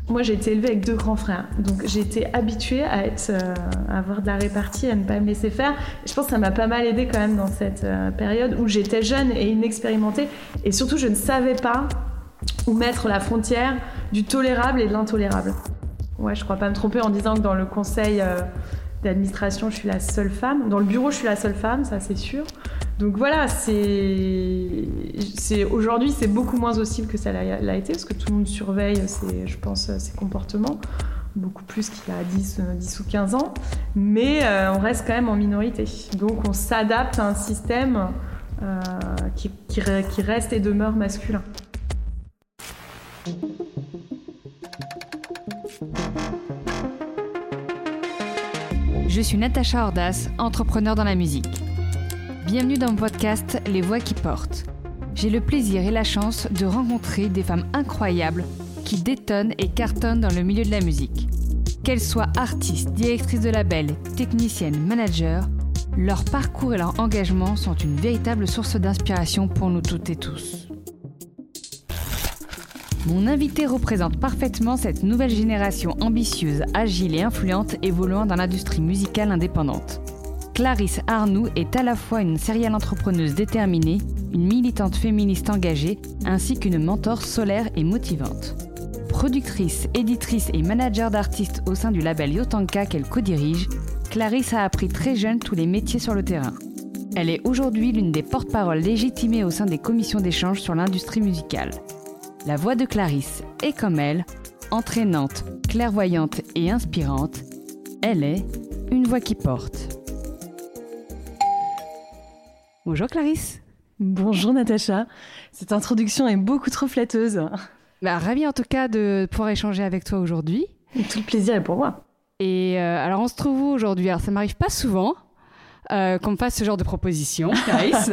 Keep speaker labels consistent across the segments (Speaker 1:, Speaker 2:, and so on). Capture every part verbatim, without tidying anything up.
Speaker 1: Moi, j'ai été élevée avec deux grands frères, donc j'ai été habituée à, être, euh, à avoir de la répartie, à ne pas me laisser faire. Et je pense que ça m'a pas mal aidée quand même dans cette euh, période où j'étais jeune et inexpérimentée, et surtout je ne savais pas où mettre la frontière du tolérable et de l'intolérable. Ouais, je crois pas me tromper en disant que dans le conseil euh, d'administration, je suis la seule femme. Dans le bureau, je suis la seule femme, ça c'est sûr. Donc voilà, c'est, c'est, aujourd'hui, c'est beaucoup moins hostile que ça l'a, l'a été, parce que tout le monde surveille, ses, je pense, ses comportements, beaucoup plus qu'il y a dix, dix ou quinze ans. Mais euh, on reste quand même en minorité. Donc on s'adapte à un système euh, qui, qui, qui reste et demeure masculin.
Speaker 2: Je suis Natacha Ordas, entrepreneur dans la musique. Bienvenue dans mon podcast Les Voix qui portent. J'ai le plaisir et la chance de rencontrer des femmes incroyables qui détonnent et cartonnent dans le milieu de la musique. Qu'elles soient artistes, directrices de label, techniciennes, managers, leur parcours et leur engagement sont une véritable source d'inspiration pour nous toutes et tous. Mon invitée représente parfaitement cette nouvelle génération ambitieuse, agile et influente évoluant dans l'industrie musicale indépendante. Clarisse Arnoux est à la fois une serial entrepreneuse déterminée, une militante féministe engagée, ainsi qu'une mentor solaire et motivante. Productrice, éditrice et manager d'artistes au sein du label Yotanka qu'elle co-dirige, Clarisse a appris très jeune tous les métiers sur le terrain. Elle est aujourd'hui l'une des porte-paroles légitimées au sein des commissions d'échange sur l'industrie musicale. La voix de Clarisse est comme elle, entraînante, clairvoyante et inspirante. Elle est une voix qui porte. Bonjour Clarisse.
Speaker 1: Bonjour Natacha. Cette introduction est beaucoup trop flatteuse.
Speaker 2: Bah, ravie en tout cas de pouvoir échanger avec toi aujourd'hui.
Speaker 1: Tout le plaisir est pour moi.
Speaker 2: Et euh, alors on se trouve où aujourd'hui ? Alors ça m'arrive pas souvent euh, qu'on me fasse ce genre de proposition, Clarisse.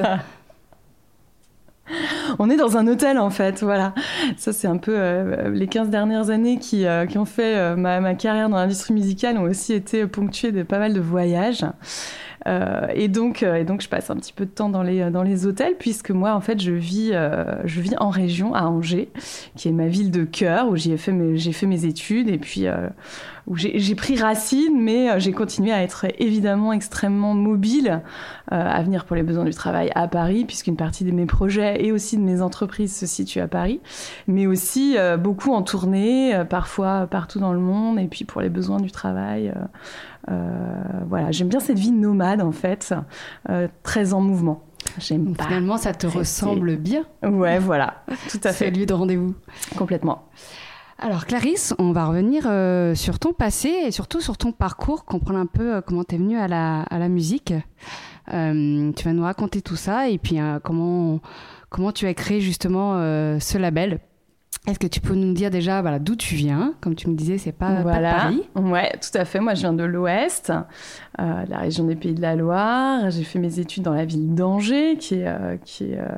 Speaker 1: On est dans un hôtel en fait, voilà. Ça c'est un peu euh, les quinze dernières années qui, euh, qui ont fait euh, ma, ma carrière dans l'industrie musicale ont aussi été ponctuées de pas mal de voyages. Euh, et, donc, euh, et donc je passe un petit peu de temps dans les, dans les hôtels puisque moi en fait je vis, euh, je vis en région à Angers qui est ma ville de cœur où j'y ai fait mes, j'ai fait mes études et puis euh, où j'ai, j'ai pris racine mais euh, j'ai continué à être évidemment extrêmement mobile euh, à venir pour les besoins du travail à Paris puisqu'une partie de mes projets et aussi de mes entreprises se situe à Paris mais aussi euh, beaucoup en tournée, euh, parfois partout dans le monde et puis pour les besoins du travail euh, Euh, voilà, j'aime bien cette vie nomade en fait, euh, très en mouvement. J'aime pas.
Speaker 2: Finalement, ça te ressemble bien.
Speaker 1: Ouais, voilà, tout à fait.
Speaker 2: C'est lieu de rendez-vous.
Speaker 1: Complètement.
Speaker 2: Alors Clarisse, on va revenir euh, sur ton passé et surtout sur ton parcours, comprendre un peu euh, comment tu es venue à la, à la musique. Euh, tu vas nous raconter tout ça et puis euh, comment, comment tu as créé justement euh, ce label. Est-ce que tu peux nous dire déjà voilà, d'où tu viens ? Comme tu me disais, c'est pas,
Speaker 1: voilà.
Speaker 2: pas de Paris.
Speaker 1: Ouais, tout à fait. Moi, je viens de l'Ouest, euh, de la région des Pays de la Loire. J'ai fait mes études dans la ville d'Angers, qui est, euh, qui est euh,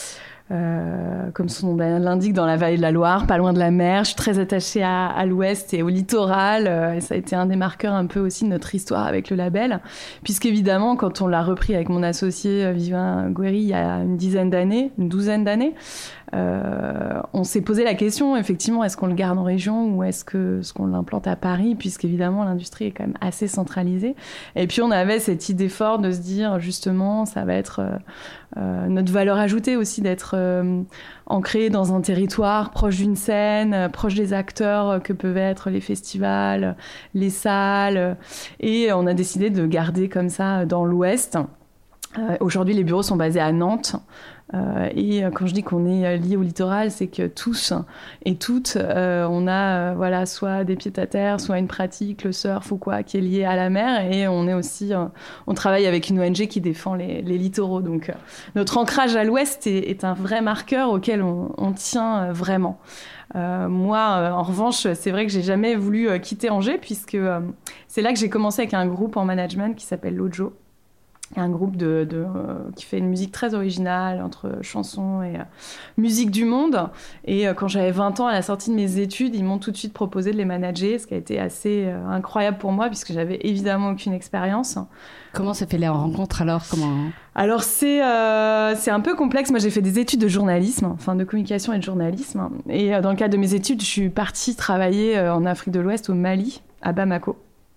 Speaker 1: euh, comme son nom l'indique, dans la vallée de la Loire, pas loin de la mer. Je suis très attachée à, à l'Ouest et au littoral. Euh, et ça a été un des marqueurs un peu aussi de notre histoire avec le label. Puisqu'évidemment, quand on l'a repris avec mon associé Vivien Gouéry il y a une dizaine d'années, une douzaine d'années, Euh, on s'est posé la question, effectivement, est-ce qu'on le garde en région ou est-ce, que, est-ce qu'on l'implante à Paris, puisqu'évidemment, l'industrie est quand même assez centralisée. Et puis, on avait cette idée forte de se dire, justement, ça va être euh, euh, notre valeur ajoutée aussi d'être euh, ancré dans un territoire proche d'une scène, euh, proche des acteurs que peuvent être les festivals, les salles. Et on a décidé de garder comme ça dans l'Ouest. Euh, aujourd'hui, les bureaux sont basés à Nantes. Euh, et quand je dis qu'on est lié au littoral, c'est que tous et toutes, euh, on a euh, voilà, soit des pieds-à-terre, soit une pratique, le surf ou quoi, qui est lié à la mer. Et on est aussi, euh, on travaille avec une O N G qui défend les, les littoraux. Donc, euh, notre ancrage à l'ouest est, est un vrai marqueur auquel on, on tient vraiment. Euh, moi, euh, en revanche, c'est vrai que j'ai jamais voulu euh, quitter Angers puisque euh, c'est là que j'ai commencé avec un groupe en management qui s'appelle Lojo. un groupe de, de, euh, qui fait une musique très originale entre chansons et euh, musique du monde. Et euh, quand j'avais vingt ans, à la sortie de mes études, ils m'ont tout de suite proposé de les manager, ce qui a été assez euh, incroyable pour moi, puisque j'avais évidemment aucune expérience.
Speaker 2: Comment se fait les rencontres alors? Comment...
Speaker 1: Alors c'est, euh, c'est un peu complexe. Moi j'ai fait des études de journalisme, enfin de communication et de journalisme. Et euh, dans le cadre de mes études, je suis partie travailler euh, en Afrique de l'Ouest, au Mali, à Bamako,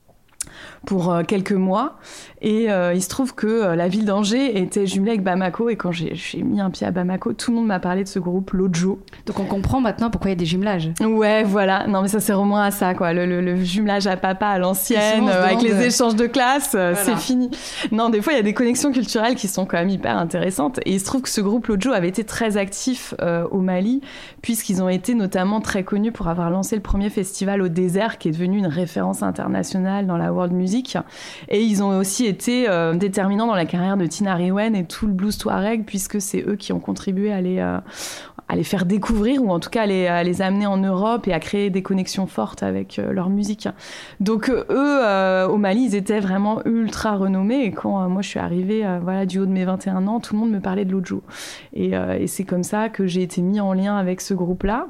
Speaker 1: pour euh, quelques mois. Et euh, il se trouve que euh, la ville d'Angers était jumelée avec Bamako. Et quand j'ai, j'ai mis un pied à Bamako, tout le monde m'a parlé de ce groupe, Lodjo.
Speaker 2: Donc on comprend maintenant pourquoi il y a des jumelages.
Speaker 1: Ouais, voilà. Non, mais ça, c'est au moins à ça, quoi. Le, le, le jumelage à papa à l'ancienne, euh, avec les échanges de classe, euh, voilà. C'est fini. Non, des fois, il y a des connexions culturelles qui sont quand même hyper intéressantes. Et il se trouve que ce groupe Lodjo avait été très actif euh, au Mali, puisqu'ils ont été notamment très connus pour avoir lancé le premier festival au désert, qui est devenu une référence internationale dans la world music. Et ils ont aussi été euh, déterminants dans la carrière de Tina Riwen et tout le blues touareg, puisque c'est eux qui ont contribué à les, euh, à les faire découvrir, ou en tout cas à les, à les amener en Europe et à créer des connexions fortes avec euh, leur musique. Donc euh, eux, euh, au Mali, ils étaient vraiment ultra renommés. Et quand euh, moi je suis arrivée euh, voilà, du haut de mes vingt et un ans, tout le monde me parlait de Lodjo. Et, euh, et c'est comme ça que j'ai été mis en lien avec ce groupe-là,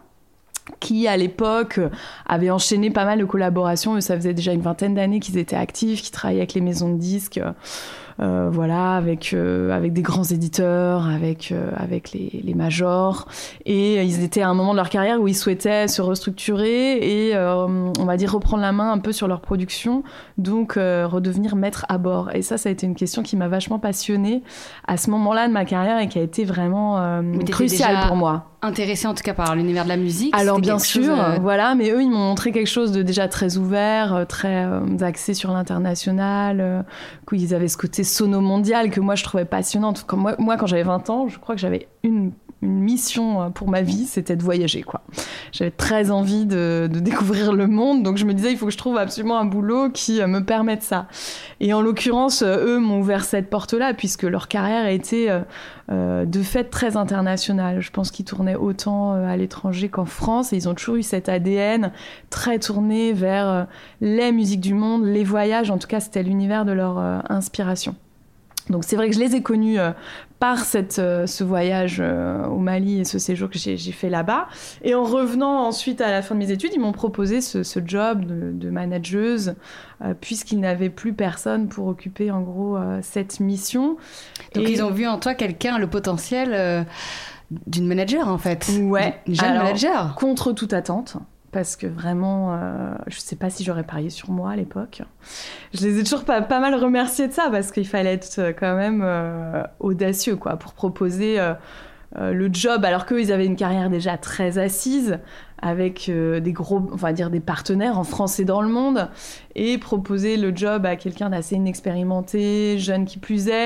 Speaker 1: qui à l'époque avait enchaîné pas mal de collaborations. Ça faisait déjà une vingtaine d'années qu'ils étaient actifs, qu'ils travaillaient avec les maisons de disques, euh, voilà, avec, euh, avec des grands éditeurs, avec, euh, avec les, les majors. Et ils étaient à un moment de leur carrière où ils souhaitaient se restructurer et, euh, on va dire, reprendre la main un peu sur leur production, donc euh, redevenir maître à bord. Et ça, ça a été une question qui m'a vachement passionnée à ce moment-là de ma carrière et qui a été vraiment euh, cruciale pour moi.
Speaker 2: Intéressée en tout cas par l'univers de la musique.
Speaker 1: Alors bien sûr,
Speaker 2: euh...
Speaker 1: voilà, mais eux ils m'ont montré quelque chose de déjà très ouvert, très euh, axé sur l'international, euh, qu'ils avaient ce côté sono mondial que moi je trouvais passionnant. Comme moi, moi quand j'avais vingt ans, je crois que j'avais une une mission pour ma vie, c'était de voyager, quoi. J'avais très envie de, de découvrir le monde, donc je me disais, il faut que je trouve absolument un boulot qui me permette ça. Et en l'occurrence, eux m'ont ouvert cette porte-là, puisque leur carrière était euh, de fait très internationale. Je pense qu'ils tournaient autant à l'étranger qu'en France, et ils ont toujours eu cet A D N très tourné vers les musiques du monde, les voyages. En tout cas, c'était l'univers de leur euh, inspiration. Donc c'est vrai que je les ai connus euh, par cette, euh, ce voyage euh, au Mali et ce séjour que j'ai, j'ai fait là-bas. Et en revenant ensuite à la fin de mes études, ils m'ont proposé ce, ce job de, de manageuse, euh, puisqu'ils n'avaient plus personne pour occuper en gros euh, cette mission.
Speaker 2: Donc
Speaker 1: et...
Speaker 2: ils ont vu en toi quelqu'un, le potentiel euh, d'une manager en fait.
Speaker 1: Ouais,
Speaker 2: une jeune
Speaker 1: alors,
Speaker 2: manager.
Speaker 1: Contre toute attente. Parce que vraiment, euh, je ne sais pas si j'aurais parié sur moi à l'époque. Je les ai toujours pas, pas mal remerciés de ça, parce qu'il fallait être quand même euh, audacieux, quoi, pour proposer euh, euh, le job, alors qu'eux, ils avaient une carrière déjà très assise, avec euh, des gros, on va dire des partenaires en France et dans le monde, et proposer le job à quelqu'un d'assez inexpérimenté, jeune qui plus est,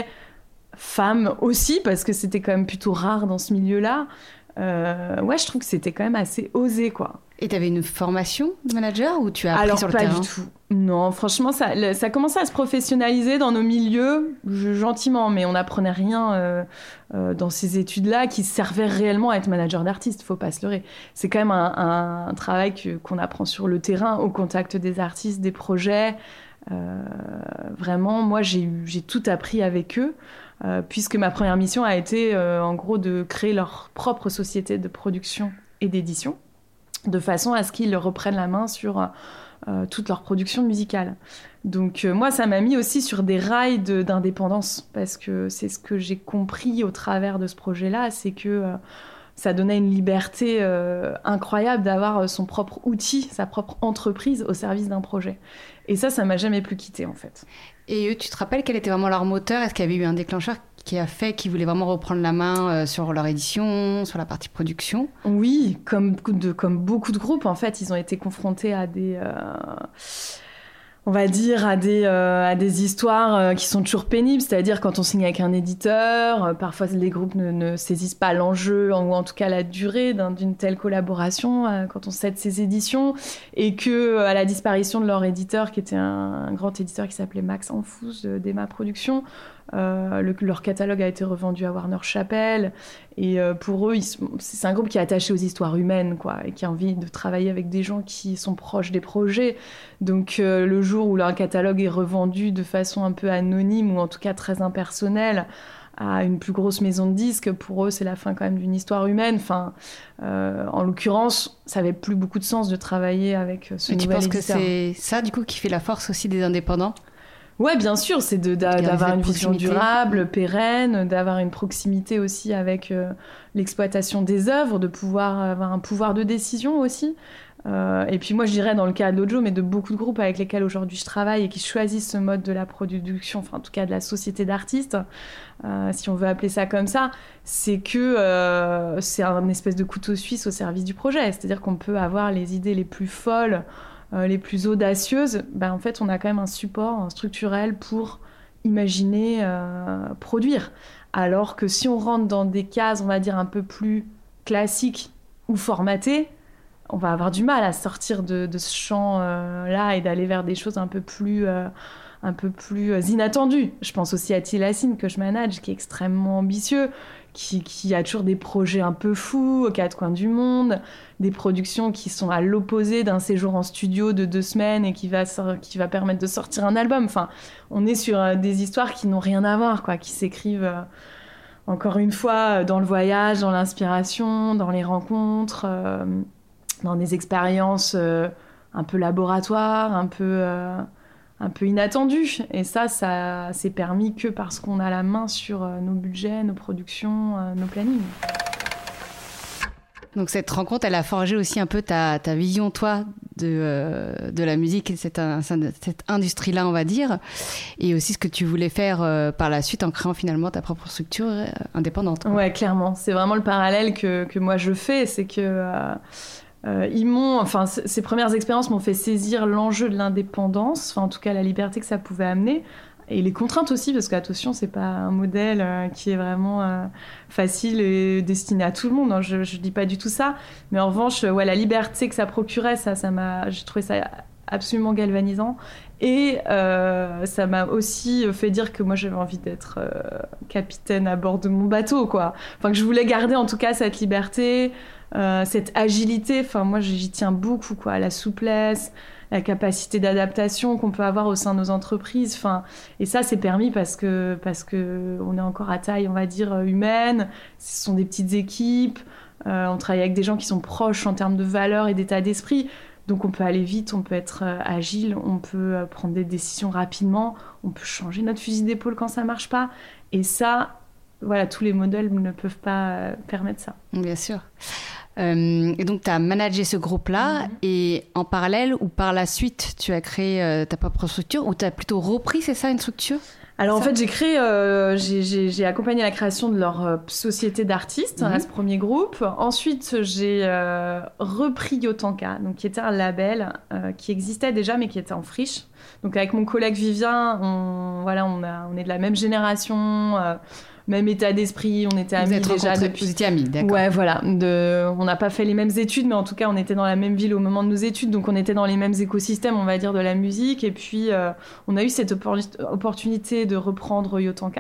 Speaker 1: femme aussi, parce que c'était quand même plutôt rare dans ce milieu-là. Euh, ouais, je trouve que c'était quand même assez osé, quoi.
Speaker 2: Et tu avais une formation de manager ou tu as appris
Speaker 1: Alors,
Speaker 2: sur le
Speaker 1: pas
Speaker 2: terrain?
Speaker 1: du tout. Non, franchement, ça, le, ça commençait à se professionnaliser dans nos milieux, je, gentiment, mais on n'apprenait rien euh, euh, dans ces études-là qui servaient réellement à être manager d'artiste, faut pas se leurrer. C'est quand même un, un, un travail que, qu'on apprend sur le terrain, au contact des artistes, des projets. Euh, vraiment, moi, j'ai, j'ai tout appris avec eux. Euh, puisque ma première mission a été euh, en gros de créer leur propre société de production et d'édition, de façon à ce qu'ils reprennent la main sur euh, toute leur production musicale. Donc euh, moi, ça m'a mis aussi sur des rails de, d'indépendance, parce que c'est ce que j'ai compris au travers de ce projet-là, c'est que euh, ça donnait une liberté euh, incroyable d'avoir son propre outil, sa propre entreprise au service d'un projet. Et ça, ça m'a jamais plus quitté, en fait.
Speaker 2: Et eux, tu te rappelles quel était vraiment leur moteur? Est-ce qu'il y avait eu un déclencheur qui a fait qu'ils voulaient vraiment reprendre la main euh, sur leur édition, sur la partie production?
Speaker 1: Oui, comme, de, comme beaucoup de groupes, en fait, ils ont été confrontés à des... Euh... on va dire, à des, euh, à des histoires euh, qui sont toujours pénibles, c'est-à-dire quand on signe avec un éditeur, euh, parfois les groupes ne, ne saisissent pas l'enjeu, ou en tout cas la durée d'un, d'une telle collaboration euh, quand on cède ses éditions, et que à la disparition de leur éditeur, qui était un, un grand éditeur qui s'appelait Max Enfous, de, d'Emma Productions, Euh, le, leur catalogue a été revendu à Warner Chappell. Et euh, pour eux, ils, c'est un groupe qui est attaché aux histoires humaines, quoi, et qui a envie de travailler avec des gens qui sont proches des projets. Donc euh, le jour où leur catalogue est revendu de façon un peu anonyme, ou en tout cas très impersonnelle, à une plus grosse maison de disques, pour eux, c'est la fin quand même d'une histoire humaine. Enfin, euh, en l'occurrence, ça n'avait plus beaucoup de sens de travailler avec ce
Speaker 2: Mais
Speaker 1: nouvel éditeur.
Speaker 2: Tu penses que c'est ça, du coup, qui fait la force aussi des indépendants ?
Speaker 1: Ouais, bien sûr, c'est de, d'a, d'avoir une vision durable, pérenne, d'avoir une proximité aussi avec euh, l'exploitation des œuvres, de pouvoir avoir un pouvoir de décision aussi. Euh, et puis moi, je dirais dans le cas de Lojo, mais de beaucoup de groupes avec lesquels aujourd'hui je travaille et qui choisissent ce mode de la production, enfin en tout cas de la société d'artistes, euh, si on veut appeler ça comme ça, c'est que euh, c'est un espèce de couteau suisse au service du projet. C'est-à-dire qu'on peut avoir les idées les plus folles, euh, les plus audacieuses. Ben, en fait, on a quand même un support structurel pour imaginer, euh, produire. Alors que si on rentre dans des cases, on va dire, un peu plus classiques ou formatées, on va avoir du mal à sortir de, de ce champ-là euh, et d'aller vers des choses un peu plus, euh, un peu plus euh, inattendues. Je pense aussi à Tilassine, que je manage, qui est extrêmement ambitieux, qui, qui a toujours des projets un peu fous aux quatre coins du monde, des productions qui sont à l'opposé d'un séjour en studio de deux semaines et qui va, qui va permettre de sortir un album. Enfin, on est sur euh, des histoires qui n'ont rien à voir, quoi, qui s'écrivent... Euh, encore une fois, dans le voyage, dans l'inspiration, dans les rencontres... Euh, dans des expériences euh, un peu laboratoires, un peu, euh, un peu inattendues. Et ça, ça c'est permis que parce qu'on a la main sur euh, nos budgets, nos productions, euh, nos plannings.
Speaker 2: Donc cette rencontre, elle a forgé aussi un peu ta, ta vision, toi, de, euh, de la musique et de cette, cette industrie-là, on va dire, et aussi ce que tu voulais faire euh, par la suite en créant finalement ta propre structure euh, indépendante. Quoi.
Speaker 1: Ouais, clairement. C'est vraiment le parallèle que, que moi je fais, c'est que... Euh, Euh, ils m'ont, enfin, c- ces premières expériences m'ont fait saisir l'enjeu de l'indépendance, enfin, en tout cas la liberté que ça pouvait amener, et les contraintes aussi, parce qu'attention, c'est pas un modèle euh, qui est vraiment euh, facile et destiné à tout le monde. Hein, je, je dis pas du tout ça, mais en revanche, ouais, la liberté que ça procurait, ça, ça m'a, j'ai trouvé ça absolument galvanisant. Et euh, ça m'a aussi fait dire que moi j'avais envie d'être euh, capitaine à bord de mon bateau, quoi. Enfin, que je voulais garder en tout cas cette liberté. Euh, cette agilité, enfin moi j'y tiens beaucoup, quoi, la souplesse, la capacité d'adaptation qu'on peut avoir au sein de nos entreprises, enfin, et ça c'est permis parce que parce que on est encore à taille, on va dire, humaine. Ce sont des petites équipes, euh, on travaille avec des gens qui sont proches en termes de valeurs et d'état d'esprit, donc on peut aller vite, on peut être euh, agile, on peut euh, prendre des décisions rapidement, on peut changer notre fusil d'épaule quand ça marche pas, et ça, voilà, tous les modèles ne peuvent pas euh, permettre ça.
Speaker 2: Bien sûr. Euh, et donc, tu as managé ce groupe-là, mm-hmm. et en parallèle ou par la suite, tu as créé euh, ta propre structure, ou tu as plutôt repris, c'est ça, une structure ?
Speaker 1: Alors, ça. En fait, j'ai créé, euh, j'ai, j'ai, j'ai accompagné la création de leur euh, société d'artistes, mm-hmm. à ce premier groupe. Ensuite, j'ai euh, repris Yotanka, donc, qui était un label euh, qui existait déjà, mais qui était en friche. Donc, avec mon collègue Vivien, on, voilà, on, a, on est de la même génération, euh, même état d'esprit, on était amis déjà depuis...
Speaker 2: Vous étiez amis, d'accord.
Speaker 1: Ouais, voilà. De... On n'a pas fait les mêmes études, mais en tout cas, on était dans la même ville au moment de nos études, donc on était dans les mêmes écosystèmes, on va dire, de la musique. Et puis, euh, on a eu cette oppor- opportunité de reprendre Yotanka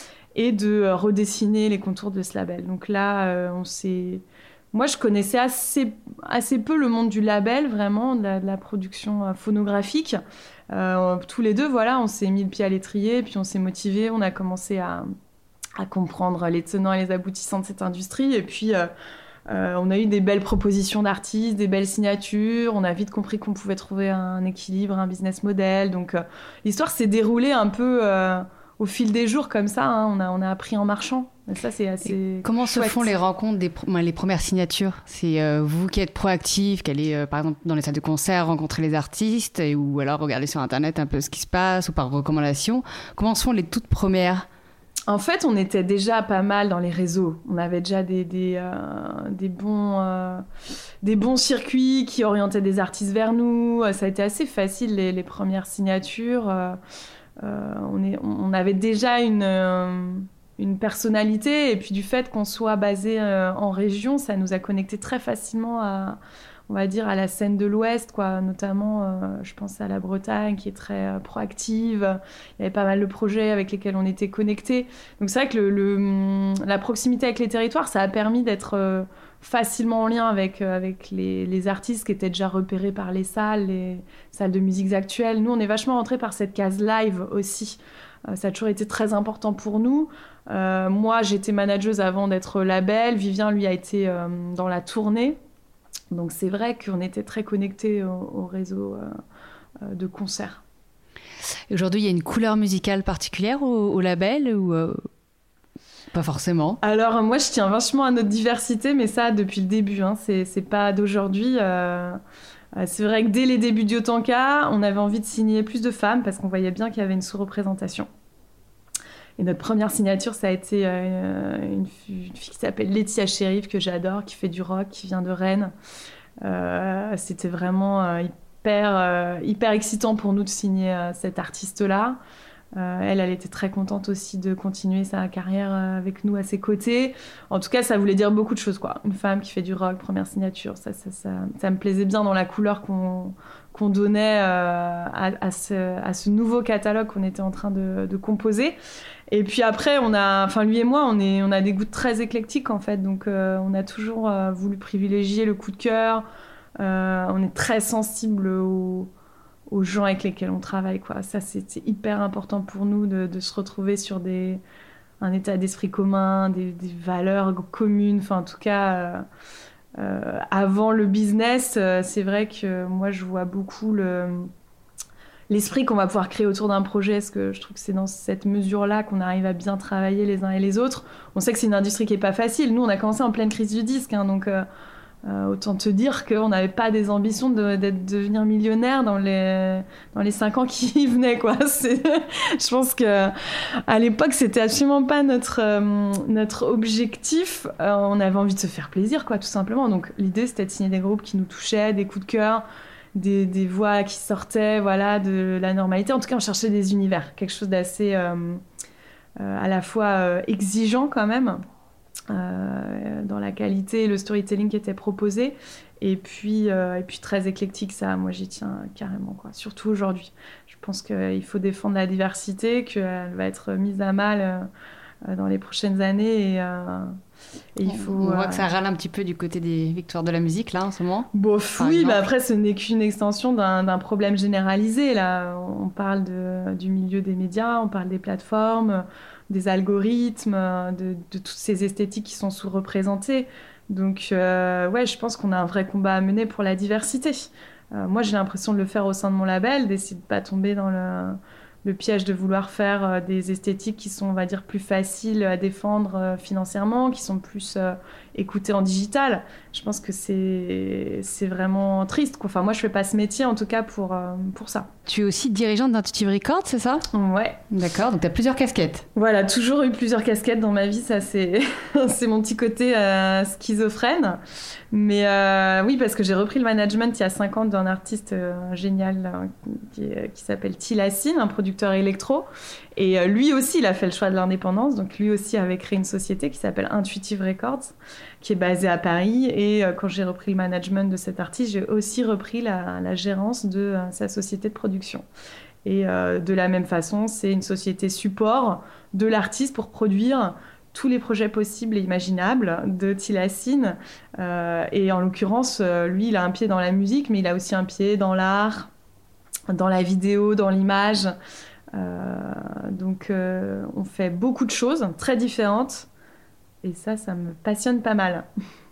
Speaker 1: et de euh, redessiner les contours de ce label. Donc là, euh, on s'est... Moi, je connaissais assez, assez peu le monde du label, vraiment, de la, de la production euh, phonographique. Euh, tous les deux, voilà, on s'est mis le pied à l'étrier, puis on s'est motivés, on a commencé à... à comprendre les tenants et les aboutissants de cette industrie. Et puis, euh, euh, on a eu des belles propositions d'artistes, des belles signatures. On a vite compris qu'on pouvait trouver un équilibre, un business model. Donc, euh, l'histoire s'est déroulée un peu euh, au fil des jours comme ça. Hein. On a, on a appris en marchant. Et ça, c'est assez
Speaker 2: et comment chouette. Se font les rencontres, des pro- les premières signatures ? C'est euh, vous qui êtes proactif, qui allez, euh, par exemple, dans les salles de concert, rencontrer les artistes, et, ou alors regarder sur Internet un peu ce qui se passe, ou par recommandation. Comment se font les toutes premières ?
Speaker 1: En fait, on était déjà pas mal dans les réseaux. On avait déjà des, des, euh, des, bons, euh, des bons circuits qui orientaient des artistes vers nous. Ça a été assez facile, les, les premières signatures. Euh, euh, on, est, on avait déjà une, euh, une personnalité. Et puis du fait qu'on soit basé euh, en région, ça nous a connectés très facilement à, on va dire, à la scène de l'Ouest, quoi. Notamment, euh, je pense à la Bretagne, qui est très euh, proactive. Il y avait pas mal de projets avec lesquels on était connectés. Donc c'est vrai que le, le, la proximité avec les territoires, ça a permis d'être euh, facilement en lien avec, euh, avec les, les artistes qui étaient déjà repérés par les salles, les salles de musiques actuelles. Nous, on est vachement rentrés par cette case live aussi. Euh, ça a toujours été très important pour nous. Euh, moi, j'étais manageuse avant d'être label. Vivien, lui, a été euh, dans la tournée. Donc c'est vrai qu'on était très connectés au, au réseau euh, de concerts.
Speaker 2: Aujourd'hui, il y a une couleur musicale particulière au, au label ou euh, pas forcément?
Speaker 1: Alors moi, je tiens vachement à notre diversité, mais ça depuis le début. Hein, c'est, c'est pas d'aujourd'hui. Euh, c'est vrai que dès les débuts d'Yotanka, on avait envie de signer plus de femmes parce qu'on voyait bien qu'il y avait une sous-représentation. Et notre première signature, ça a été euh, une, fille, une fille qui s'appelle Laetitia Chérif, que j'adore, qui fait du rock, qui vient de Rennes. Euh, c'était vraiment euh, hyper, euh, hyper excitant pour nous de signer euh, cette artiste-là. Euh, elle, elle était très contente aussi de continuer sa carrière euh, avec nous à ses côtés. En tout cas, ça voulait dire beaucoup de choses, quoi. Une femme qui fait du rock, première signature, ça, ça, ça, ça me plaisait bien dans la couleur qu'on, qu'on donnait euh, à, à, ce, à ce nouveau catalogue qu'on était en train de, de composer. Et puis après, on a, enfin lui et moi, on, est, on a des goûts très éclectiques en fait, donc euh, on a toujours euh, voulu privilégier le coup de cœur. Euh, on est très sensible aux, aux gens avec lesquels on travaille, quoi. Ça, c'est, c'est hyper important pour nous de, de se retrouver sur des, un état d'esprit commun, des, des valeurs communes. Enfin, en tout cas, euh, euh, avant le business, euh, c'est vrai que moi, je vois beaucoup le l'esprit qu'on va pouvoir créer autour d'un projet, parce que je trouve que c'est dans cette mesure-là qu'on arrive à bien travailler les uns et les autres. On sait que c'est une industrie qui n'est pas facile. Nous, on a commencé en pleine crise du disque, hein, donc euh, euh, autant te dire qu'on n'avait pas des ambitions de, d'être, de devenir millionnaire dans les, dans les cinq ans qui venaient, quoi. C'est, je pense qu'à l'époque, c'était absolument pas notre, euh, notre objectif. Euh, on avait envie de se faire plaisir, quoi, tout simplement. Donc l'idée, c'était de signer des groupes qui nous touchaient, des coups de cœur, Des, des voix qui sortaient, voilà, de la normalité. En tout cas, on cherchait des univers, quelque chose d'assez euh, euh, à la fois euh, exigeant quand même, euh, dans la qualité et le storytelling qui était proposé, et puis, euh, et puis très éclectique. Ça, moi, j'y tiens carrément, quoi. Surtout aujourd'hui. Je pense qu'il faut défendre la diversité, qu'elle va être mise à mal euh, dans les prochaines années, et... Euh,
Speaker 2: Et il faut, on voit euh... que ça râle un petit peu du côté des victoires de la musique, là, en ce moment.
Speaker 1: Bon, oui, mais après, ce n'est qu'une extension d'un, d'un problème généralisé. Là, on parle de, du milieu des médias, on parle des plateformes, des algorithmes, de, de toutes ces esthétiques qui sont sous-représentées. Donc, euh, ouais, je pense qu'on a un vrai combat à mener pour la diversité. Euh, moi, j'ai l'impression de le faire au sein de mon label, d'essayer de ne pas tomber dans le... le piège de vouloir faire euh, des esthétiques qui sont, on va dire, plus faciles à défendre euh, financièrement, qui sont plus euh, écoutées en digital. Je pense que c'est, c'est vraiment triste, quoi. Enfin, moi, je fais pas ce métier, en tout cas, pour, euh, pour ça.
Speaker 2: Tu es aussi dirigeante d'Intuitive Records, c'est ça ?
Speaker 1: Ouais.
Speaker 2: D'accord, donc tu as plusieurs casquettes.
Speaker 1: Voilà, toujours eu plusieurs casquettes dans ma vie, ça, c'est, c'est mon petit côté euh, schizophrène. Mais euh, oui, parce que j'ai repris le management il y a cinq ans d'un artiste euh, génial euh, qui, qui s'appelle Tilassine, un producteur électro. Et euh, lui aussi, il a fait le choix de l'indépendance. Donc lui aussi avait créé une société qui s'appelle Intuitive Records, qui est basée à Paris. Et euh, quand j'ai repris le management de cet artiste, j'ai aussi repris la, la gérance de euh, sa société de production. Et euh, de la même façon, c'est une société support de l'artiste pour produire tous les projets possibles et imaginables de Tilassine. Euh, et en l'occurrence, euh, lui, il a un pied dans la musique, mais il a aussi un pied dans l'art, dans la vidéo, dans l'image. Euh, donc, euh, on fait beaucoup de choses très différentes. Et ça, ça me passionne pas mal.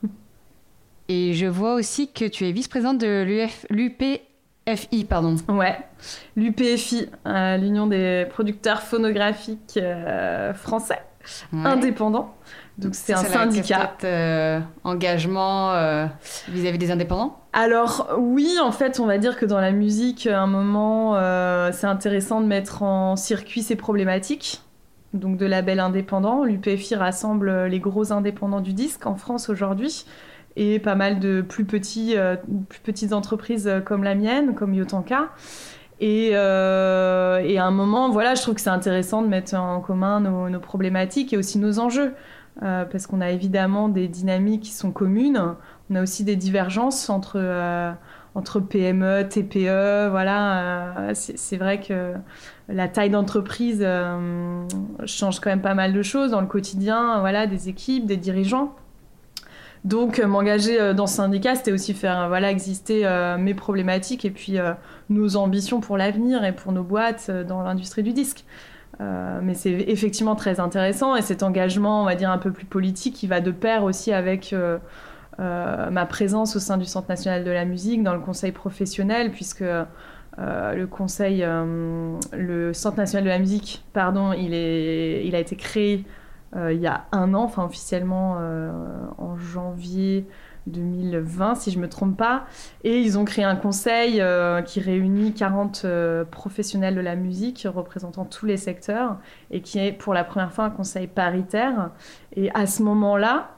Speaker 2: Et je vois aussi que tu es vice-présidente de l'U F, l'U P F I, pardon.
Speaker 1: Ouais, l'U P F I, euh, l'Union des producteurs phonographiques euh, français. Ouais. Indépendant. Donc c'est ça, un c'est syndicat.
Speaker 2: C'est euh, engagement euh, vis-à-vis des indépendants ?
Speaker 1: Alors oui, en fait, on va dire que dans la musique, à un moment, euh, c'est intéressant de mettre en circuit ces problématiques. Donc de labels indépendants. L'U P F I rassemble les gros indépendants du disque en France aujourd'hui et pas mal de plus, petits, euh, plus petites entreprises comme la mienne, comme Yotanka. Et, euh, et à un moment, voilà, je trouve que c'est intéressant de mettre en commun nos, nos problématiques et aussi nos enjeux. euh, parce qu'on a évidemment des dynamiques qui sont communes. On a aussi des divergences entre, euh, entre P M E, T P E. Voilà, euh, c'est, c'est vrai que la taille d'entreprise euh, change quand même pas mal de choses dans le quotidien, voilà, des équipes, des dirigeants. Donc, euh, m'engager euh, dans ce syndicat, c'était aussi faire euh, voilà, exister euh, mes problématiques et puis euh, nos ambitions pour l'avenir et pour nos boîtes euh, dans l'industrie du disque. Euh, mais c'est effectivement très intéressant et cet engagement, on va dire, un peu plus politique, qui va de pair aussi avec euh, euh, ma présence au sein du Centre national de la musique, dans le conseil professionnel, puisque euh, le conseil, euh, le Centre national de la musique, pardon, il, est, il a été créé euh, il y a un an, enfin officiellement euh, en janvier deux mille vingt, si je ne me trompe pas. Et ils ont créé un conseil euh, qui réunit quarante euh, professionnels de la musique représentant tous les secteurs et qui est pour la première fois un conseil paritaire. Et à ce moment-là,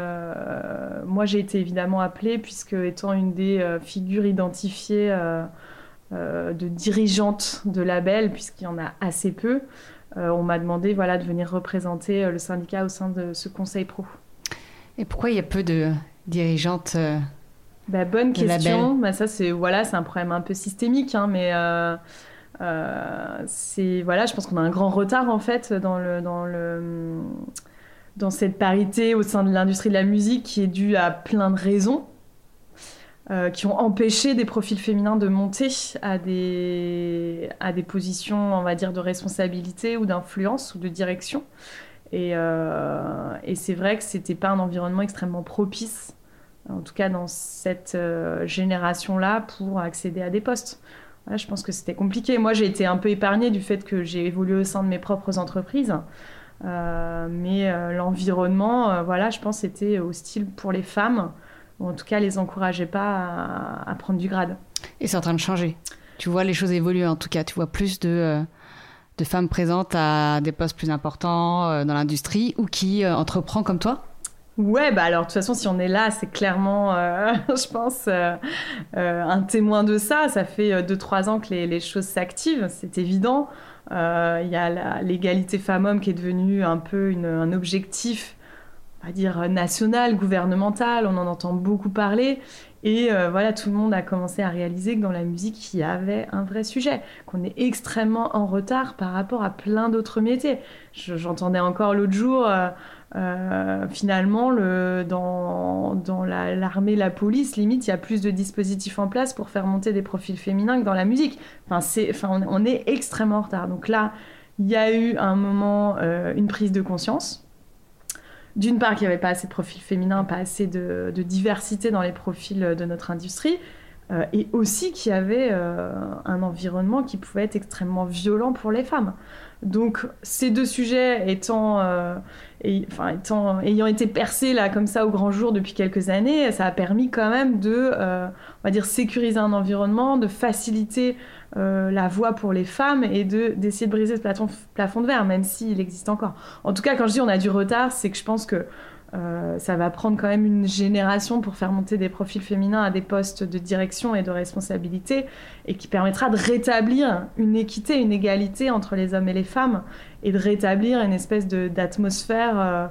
Speaker 1: euh, moi j'ai été évidemment appelée, puisque étant une des euh, figures identifiées euh, euh, de dirigeantes de labels, puisqu'il y en a assez peu, euh, on m'a demandé voilà, de venir représenter euh, le syndicat au sein de ce conseil pro.
Speaker 2: Et pourquoi il y a peu de dirigeantes euh,
Speaker 1: bah, bonne question. Bah, ça, c'est, voilà, c'est un problème un peu systémique, hein, mais euh, euh, c'est, voilà, je pense qu'on a un grand retard en fait dans, le, dans, le, dans cette parité au sein de l'industrie de la musique, qui est due à plein de raisons euh, qui ont empêché des profils féminins de monter à des, à des positions, on va dire, de responsabilité ou d'influence ou de direction. Et, euh, et c'est vrai que c'était pas un environnement extrêmement propice, en tout cas dans cette euh, génération-là, pour accéder à des postes. Voilà, je pense que c'était compliqué. Moi, j'ai été un peu épargnée du fait que j'ai évolué au sein de mes propres entreprises. Euh, mais euh, l'environnement, euh, voilà, je pense, était hostile pour les femmes. Ou en tout cas, les encourageait pas à, à prendre du grade.
Speaker 2: Et c'est en train de changer. Tu vois les choses évoluer, en tout cas. Tu vois plus de... Euh... de femmes présentes à des postes plus importants euh, dans l'industrie ou qui euh, entreprend comme toi?
Speaker 1: Ouais, bah alors de toute façon, si on est là, c'est clairement, euh, je pense, euh, euh, un témoin de ça. Ça fait deux trois ans que les, les choses s'activent, c'est évident. Il euh, y a la, l'égalité femmes-hommes qui est devenue un peu une, un objectif, on va dire, national, gouvernemental. On en entend beaucoup parler. Et euh, voilà, tout le monde a commencé à réaliser que dans la musique, il y avait un vrai sujet, qu'on est extrêmement en retard par rapport à plein d'autres métiers. Je, j'entendais encore l'autre jour, euh, euh, finalement, le, dans, dans la, l'armée, la police, limite, il y a plus de dispositifs en place pour faire monter des profils féminins que dans la musique. Enfin, c'est, enfin, on, on est extrêmement en retard. Donc là, il y a eu un moment, euh, une prise de conscience. D'une part, qu'il n'y avait pas assez de profils féminins, pas assez de, de diversité dans les profils de notre industrie, euh, et aussi qu'il y avait euh, un environnement qui pouvait être extrêmement violent pour les femmes. Donc, ces deux sujets étant, euh, et, enfin, étant, ayant été percés là, comme ça au grand jour depuis quelques années, ça a permis quand même de, euh, on va dire, sécuriser un environnement, de faciliter euh, la voie pour les femmes et de, d'essayer de briser ce plafond, plafond de verre, même s'il existe encore. En tout cas, quand je dis on a du retard, c'est que je pense que Euh, ça va prendre quand même une génération pour faire monter des profils féminins à des postes de direction et de responsabilité, et qui permettra de rétablir une équité, une égalité entre les hommes et les femmes, et de rétablir une espèce de, d'atmosphère euh,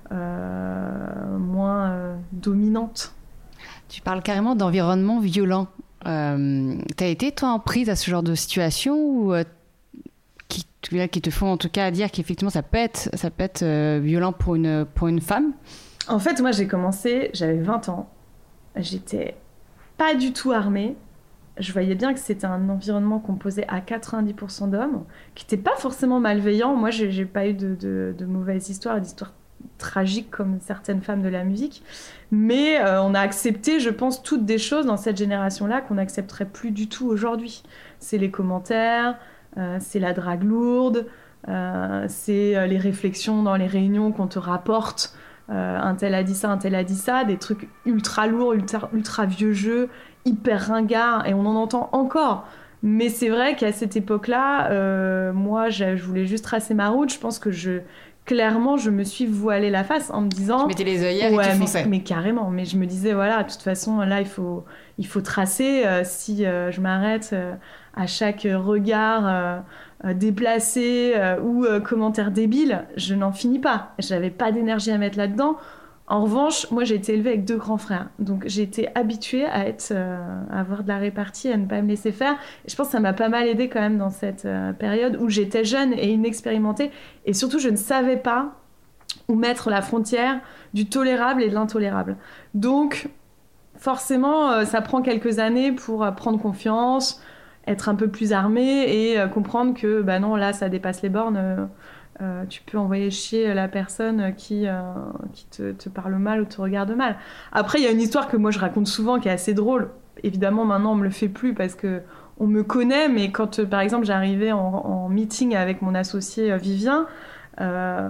Speaker 1: euh, moins euh, dominante.
Speaker 2: Tu parles carrément d'environnement violent. Euh, t'as été, toi, en prise à ce genre de situation ou euh, qui, qui te font en tout cas dire qu'effectivement ça peut être, ça peut être euh, violent pour une, pour une femme?
Speaker 1: En fait, moi j'ai commencé, j'avais vingt ans, j'étais pas du tout armée, je voyais bien que c'était un environnement composé à quatre-vingt-dix pour cent d'hommes, qui n'était pas forcément malveillant. Moi j'ai, j'ai pas eu de, de, de mauvaises histoires, d'histoires tragiques comme certaines femmes de la musique, mais euh, on a accepté, je pense, toutes des choses dans cette génération-là qu'on n'accepterait plus du tout aujourd'hui. C'est les commentaires, Euh, c'est la drague lourde, euh, c'est euh, les réflexions dans les réunions qu'on te rapporte, euh, un tel a dit ça, un tel a dit ça, des trucs ultra lourds, ultra, ultra vieux jeux, hyper ringards, et on en entend encore. Mais c'est vrai qu'à cette époque-là, euh, moi, je, je voulais juste tracer ma route. Je pense que je clairement, je me suis voilée la face en me disant...
Speaker 2: Tu mettais les œillères
Speaker 1: ouais,
Speaker 2: et tu
Speaker 1: mais,
Speaker 2: fonçais.
Speaker 1: mais carrément. Mais je me disais, voilà, de toute façon, là, il faut, il faut tracer. Euh, si euh, je m'arrête euh, à chaque regard euh, euh, déplacé euh, ou euh, commentaire débile, je n'en finis pas. Je n'avais pas d'énergie à mettre là-dedans. En revanche, moi, j'ai été élevée avec deux grands frères. Donc, j'ai été habituée à, être, euh, à avoir de la répartie, à ne pas me laisser faire. Et je pense que ça m'a pas mal aidée quand même dans cette euh, période où j'étais jeune et inexpérimentée. Et surtout, je ne savais pas où mettre la frontière du tolérable et de l'intolérable. Donc, forcément, euh, ça prend quelques années pour euh, prendre confiance, être un peu plus armée et euh, comprendre que, bah non, là, ça dépasse les bornes. Euh, Euh, tu peux envoyer chier la personne qui, euh, qui te, te parle mal ou te regarde mal. Après, il y a une histoire que moi je raconte souvent qui est assez drôle. Évidemment, maintenant on me le fait plus parce que on me connaît, mais quand euh, par exemple j'arrivais en, en meeting avec mon associé euh, Vivien, euh,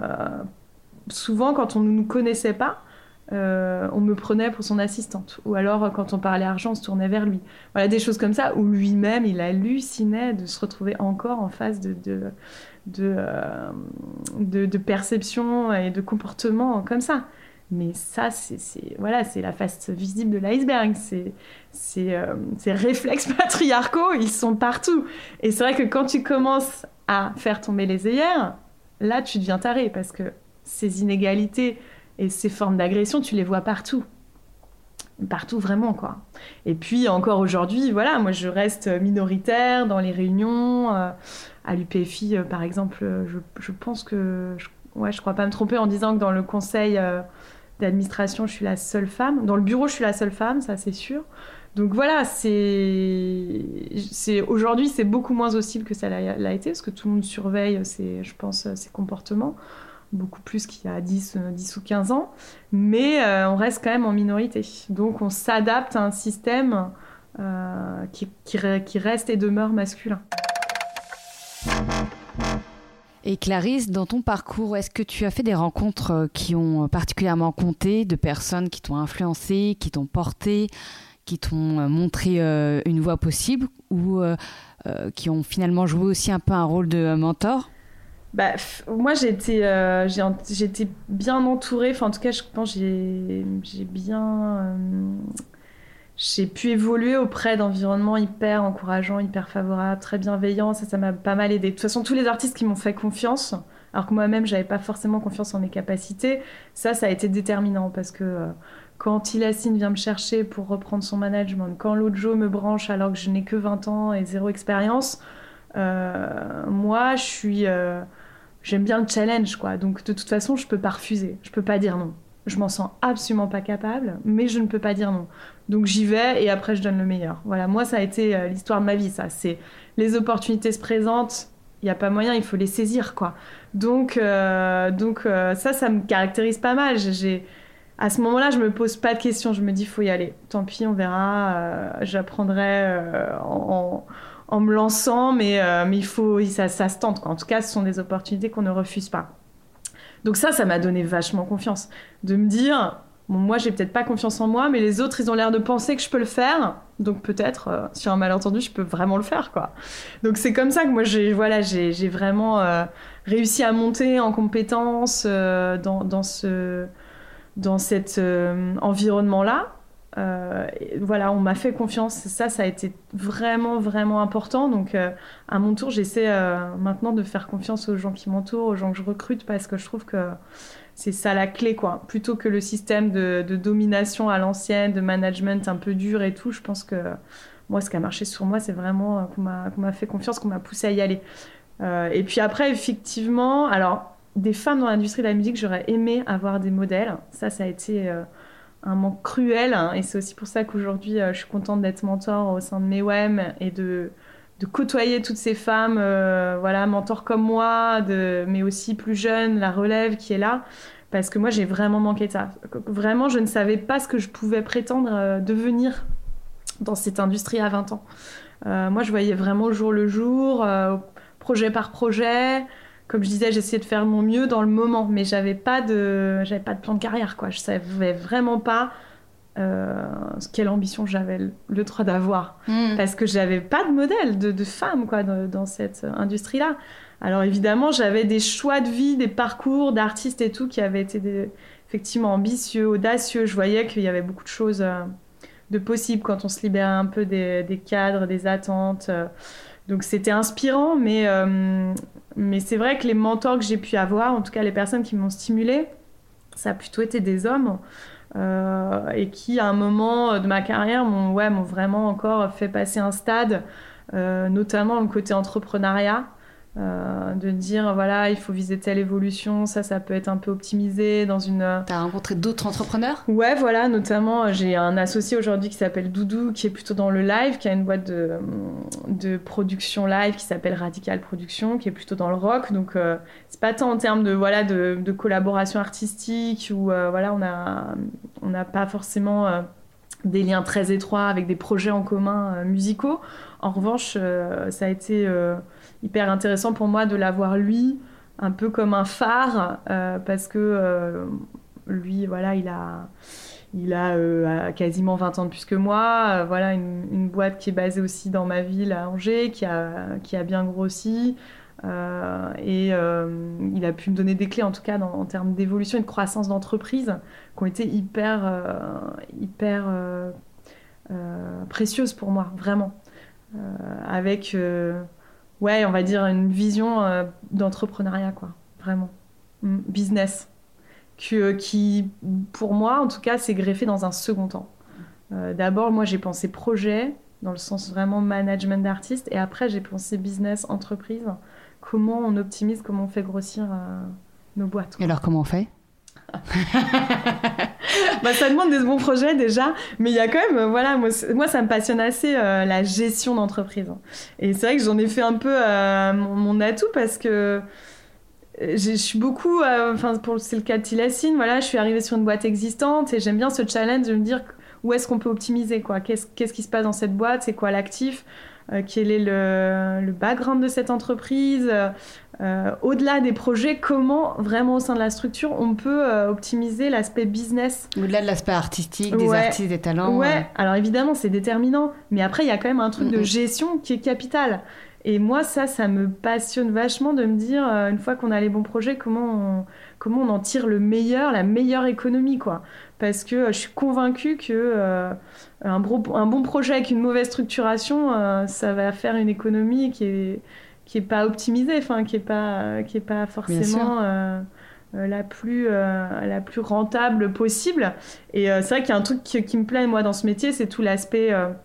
Speaker 1: souvent quand on ne nous connaissait pas, euh, on me prenait pour son assistante. Ou alors quand on parlait argent, on se tournait vers lui. Voilà, des choses comme ça où lui-même il hallucinait de se retrouver encore en face de... de De, euh, de, de perception et de comportement comme ça. Mais ça, c'est, c'est, voilà, c'est la face visible de l'iceberg. C'est, c'est, euh, ces réflexes patriarcaux, ils sont partout. Et c'est vrai que quand tu commences à faire tomber les œillères, là, tu deviens taré parce que ces inégalités et ces formes d'agression, tu les vois partout. Partout vraiment, quoi. Et puis encore aujourd'hui, voilà, moi je reste minoritaire dans les réunions. Euh, à l'U P F I, euh, par exemple, je, je pense que... Je, ouais, je crois pas me tromper en disant que dans le conseil euh, d'administration, je suis la seule femme. Dans le bureau, je suis la seule femme, ça c'est sûr. Donc voilà, c'est... c'est aujourd'hui, c'est beaucoup moins hostile que ça l'a, l'a été, parce que tout le monde surveille, ses, je pense, ses comportements. Beaucoup plus qu'il y a dix, dix ou quinze ans, mais euh, on reste quand même en minorité. Donc on s'adapte à un système euh, qui, qui, qui reste et demeure masculin.
Speaker 2: Et Clarisse, dans ton parcours, est-ce que tu as fait des rencontres qui ont particulièrement compté, de personnes qui t'ont influencé, qui t'ont porté, qui t'ont montré euh, une voie possible, ou euh, euh, qui ont finalement joué aussi un peu un rôle de mentor ?
Speaker 1: Bah, f- moi, j'ai été, euh, j'ai, j'ai été bien entourée. Enfin, en tout cas, je pense que j'ai, j'ai bien... Euh, j'ai pu évoluer auprès d'environnements hyper encourageants, hyper favorables, très bienveillants. Ça, ça m'a pas mal aidée. De toute façon, tous les artistes qui m'ont fait confiance, alors que moi-même, j'avais pas forcément confiance en mes capacités, ça, ça a été déterminant parce que... Euh, quand Tilassine vient me chercher pour reprendre son management, quand l'autre Joe me branche alors que je n'ai que vingt ans et zéro expérience, euh, moi, je suis... Euh, J'aime bien le challenge, quoi. Donc, de toute façon, je peux pas refuser. Je peux pas dire non. Je m'en sens absolument pas capable, mais je ne peux pas dire non. Donc, j'y vais et après, je donne le meilleur. Voilà, moi, ça a été euh, l'histoire de ma vie, ça. C'est les opportunités se présentent, il n'y a pas moyen, il faut les saisir, quoi. Donc, euh, donc euh, ça, ça me caractérise pas mal. J'ai... À ce moment-là, je me pose pas de questions. Je me dis, faut y aller. Tant pis, on verra. Euh, j'apprendrai euh, en... en en me lançant, mais, euh, mais il faut, ça, ça se tente, quoi. En tout cas, ce sont des opportunités qu'on ne refuse pas. Donc ça, ça m'a donné vachement confiance. De me dire, bon, moi, j'ai peut-être pas confiance en moi, mais les autres, ils ont l'air de penser que je peux le faire. Donc peut-être, euh, sur un malentendu, je peux vraiment le faire, quoi. Donc c'est comme ça que moi, j'ai, voilà, j'ai, j'ai vraiment euh, réussi à monter en compétences euh, dans, dans, ce, dans cet euh, environnement-là. Euh, voilà, on m'a fait confiance. Ça, ça a été vraiment, vraiment important. Donc, euh, à mon tour, j'essaie euh, maintenant de faire confiance aux gens qui m'entourent, aux gens que je recrute, parce que je trouve que c'est ça la clé, quoi. Plutôt que le système de, de domination à l'ancienne, de management un peu dur et tout, je pense que moi, ce qui a marché sur moi, c'est vraiment euh, qu'on m'a, qu'on m'a fait confiance, qu'on m'a poussé à y aller. Euh, et puis après, effectivement, alors, des femmes dans l'industrie de la musique, j'aurais aimé avoir des modèles. Ça, ça a été... Euh, un manque cruel, hein, et c'est aussi pour ça qu'aujourd'hui euh, je suis contente d'être mentor au sein de Mewem et de, de côtoyer toutes ces femmes, euh, voilà, mentors comme moi, de, mais aussi plus jeunes, la relève qui est là, parce que moi j'ai vraiment manqué de ça. Vraiment, je ne savais pas ce que je pouvais prétendre euh, devenir dans cette industrie à vingt ans. Euh, moi je voyais vraiment jour le jour, euh, projet par projet. Comme je disais, j'essayais de faire mon mieux dans le moment, mais j'avais pas de, j'avais pas de plan de carrière, quoi. Je savais vraiment pas euh, quelle ambition j'avais le, le droit d'avoir. Mmh. Parce que j'avais pas de modèle de, de femme quoi, de, dans cette industrie-là. Alors évidemment, j'avais des choix de vie, des parcours d'artistes et tout qui avaient été des, effectivement ambitieux, audacieux. Je voyais qu'il y avait beaucoup de choses euh, de possibles quand on se libérait un peu des, des cadres, des attentes. Euh, donc c'était inspirant, mais, euh, mais c'est vrai que les mentors que j'ai pu avoir, en tout cas les personnes qui m'ont stimulée, ça a plutôt été des hommes euh, et qui, à un moment de ma carrière, m'ont, ouais, m'ont vraiment encore fait passer un stade, euh, notamment le côté entrepreneuriat. Euh, de dire voilà il faut viser telle évolution, ça ça peut être un peu optimisé dans une...
Speaker 2: T'as rencontré d'autres entrepreneurs ?
Speaker 1: Ouais voilà, notamment j'ai un associé aujourd'hui qui s'appelle Doudou qui est plutôt dans le live, qui a une boîte de, de production live qui s'appelle Radical Production, qui est plutôt dans le rock, donc euh, c'est pas tant en termes de, voilà, de, de collaboration artistique où euh, voilà, on a, on n'a pas forcément euh, des liens très étroits avec des projets en commun euh, musicaux. En revanche euh, ça a été euh, hyper intéressant pour moi de l'avoir lui un peu comme un phare euh, parce que euh, lui voilà il a il a euh, quasiment vingt ans de plus que moi euh, voilà une, une boîte qui est basée aussi dans ma ville à Angers qui a qui a bien grossi euh, et euh, il a pu me donner des clés en tout cas dans, en termes d'évolution et de croissance d'entreprise qui ont été hyper euh, hyper euh, euh, précieuses pour moi vraiment euh, avec euh, ouais, on va dire une vision euh, d'entrepreneuriat, quoi, vraiment. Mm, business. Que, qui, pour moi, en tout cas, s'est greffé dans un second temps. Euh, d'abord, moi, j'ai pensé projet, dans le sens vraiment management d'artiste, et après, j'ai pensé business, entreprise. Comment on optimise, comment on fait grossir euh, nos boîtes.
Speaker 2: Quoi. Et alors, comment on fait ?
Speaker 1: Bah, ça demande des bons projets déjà, mais il y a quand même, voilà, moi, moi ça me passionne assez euh, la gestion d'entreprise. Et c'est vrai que j'en ai fait un peu euh, mon, mon atout parce que je suis beaucoup, enfin euh, c'est le cas de Tilacine, voilà, je suis arrivée sur une boîte existante et j'aime bien ce challenge de me dire où est-ce qu'on peut optimiser, quoi, qu'est-ce, qu'est-ce qui se passe dans cette boîte, c'est quoi l'actif. Euh, quel est le, le background de cette entreprise, euh, au-delà des projets, comment vraiment au sein de la structure on peut euh, optimiser l'aspect business.
Speaker 2: Au-delà de l'aspect artistique, des
Speaker 1: ouais.
Speaker 2: artistes, des talents.
Speaker 1: Ouais,
Speaker 2: euh...
Speaker 1: alors évidemment c'est déterminant, mais après il y a quand même un truc mm-hmm. de gestion qui est capital. Et moi ça, ça me passionne vachement de me dire, euh, une fois qu'on a les bons projets, comment on, comment on en tire le meilleur, la meilleure économie, quoi. Parce que euh, je suis convaincue que euh, un, bro, un bon projet avec une mauvaise structuration, euh, ça va faire une économie qui est, qui est pas optimisée, enfin qui est pas, qui est pas forcément euh, euh, la plus, euh, la plus rentable possible. Et euh, c'est vrai qu'il y a un truc qui, qui me plaît moi dans ce métier, c'est tout l'aspect, euh,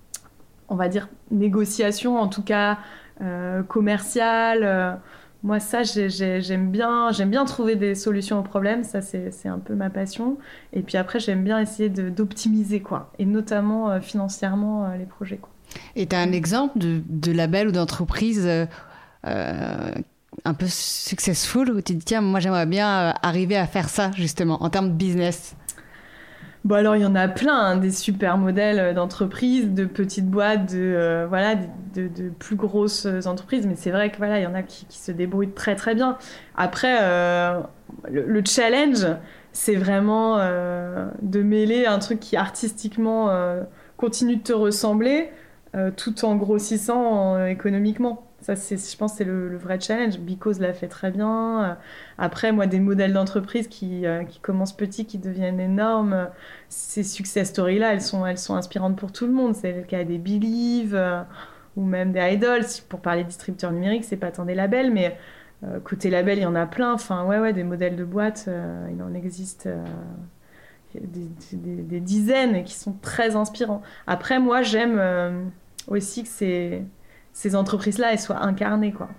Speaker 1: on va dire négociation, en tout cas euh, commercial. Euh, Moi, ça, j'ai, j'ai, j'aime bien, j'aime bien trouver des solutions aux problèmes. Ça, c'est, c'est un peu ma passion. Et puis après, j'aime bien essayer de, d'optimiser, quoi. Et notamment euh, financièrement, euh, les projets, quoi.
Speaker 2: Et tu as un exemple de, de label ou d'entreprise euh, euh, un peu successful où tu te dis, tiens, moi, j'aimerais bien arriver à faire ça, justement, en termes de business?
Speaker 1: Bon, alors, il y en a plein, hein, des super modèles d'entreprises, de petites boîtes, de, euh, voilà, de, de, de plus grosses entreprises. Mais c'est vrai que voilà, il y en a qui, qui se débrouillent très, très bien. Après, euh, le, le challenge, c'est vraiment euh, de mêler un truc qui, artistiquement, euh, continue de te ressembler, euh, tout en grossissant euh, économiquement. Ça, c'est, je pense que c'est le, le vrai challenge. Because l'a fait très bien. Après, moi, des modèles d'entreprise qui, euh, qui commencent petits, qui deviennent énormes, ces success stories-là, elles sont, elles sont inspirantes pour tout le monde. C'est le cas des Believe euh, ou même des Idols. Pour parler distributeurs numériques, c'est pas tant des labels, mais euh, côté label, il y en a plein. Enfin, ouais, ouais, des modèles de boîtes, euh, il en existe euh, des, des, des dizaines et qui sont très inspirants. Après, moi, j'aime euh, aussi que c'est... ces entreprises-là, elles soient incarnées, quoi.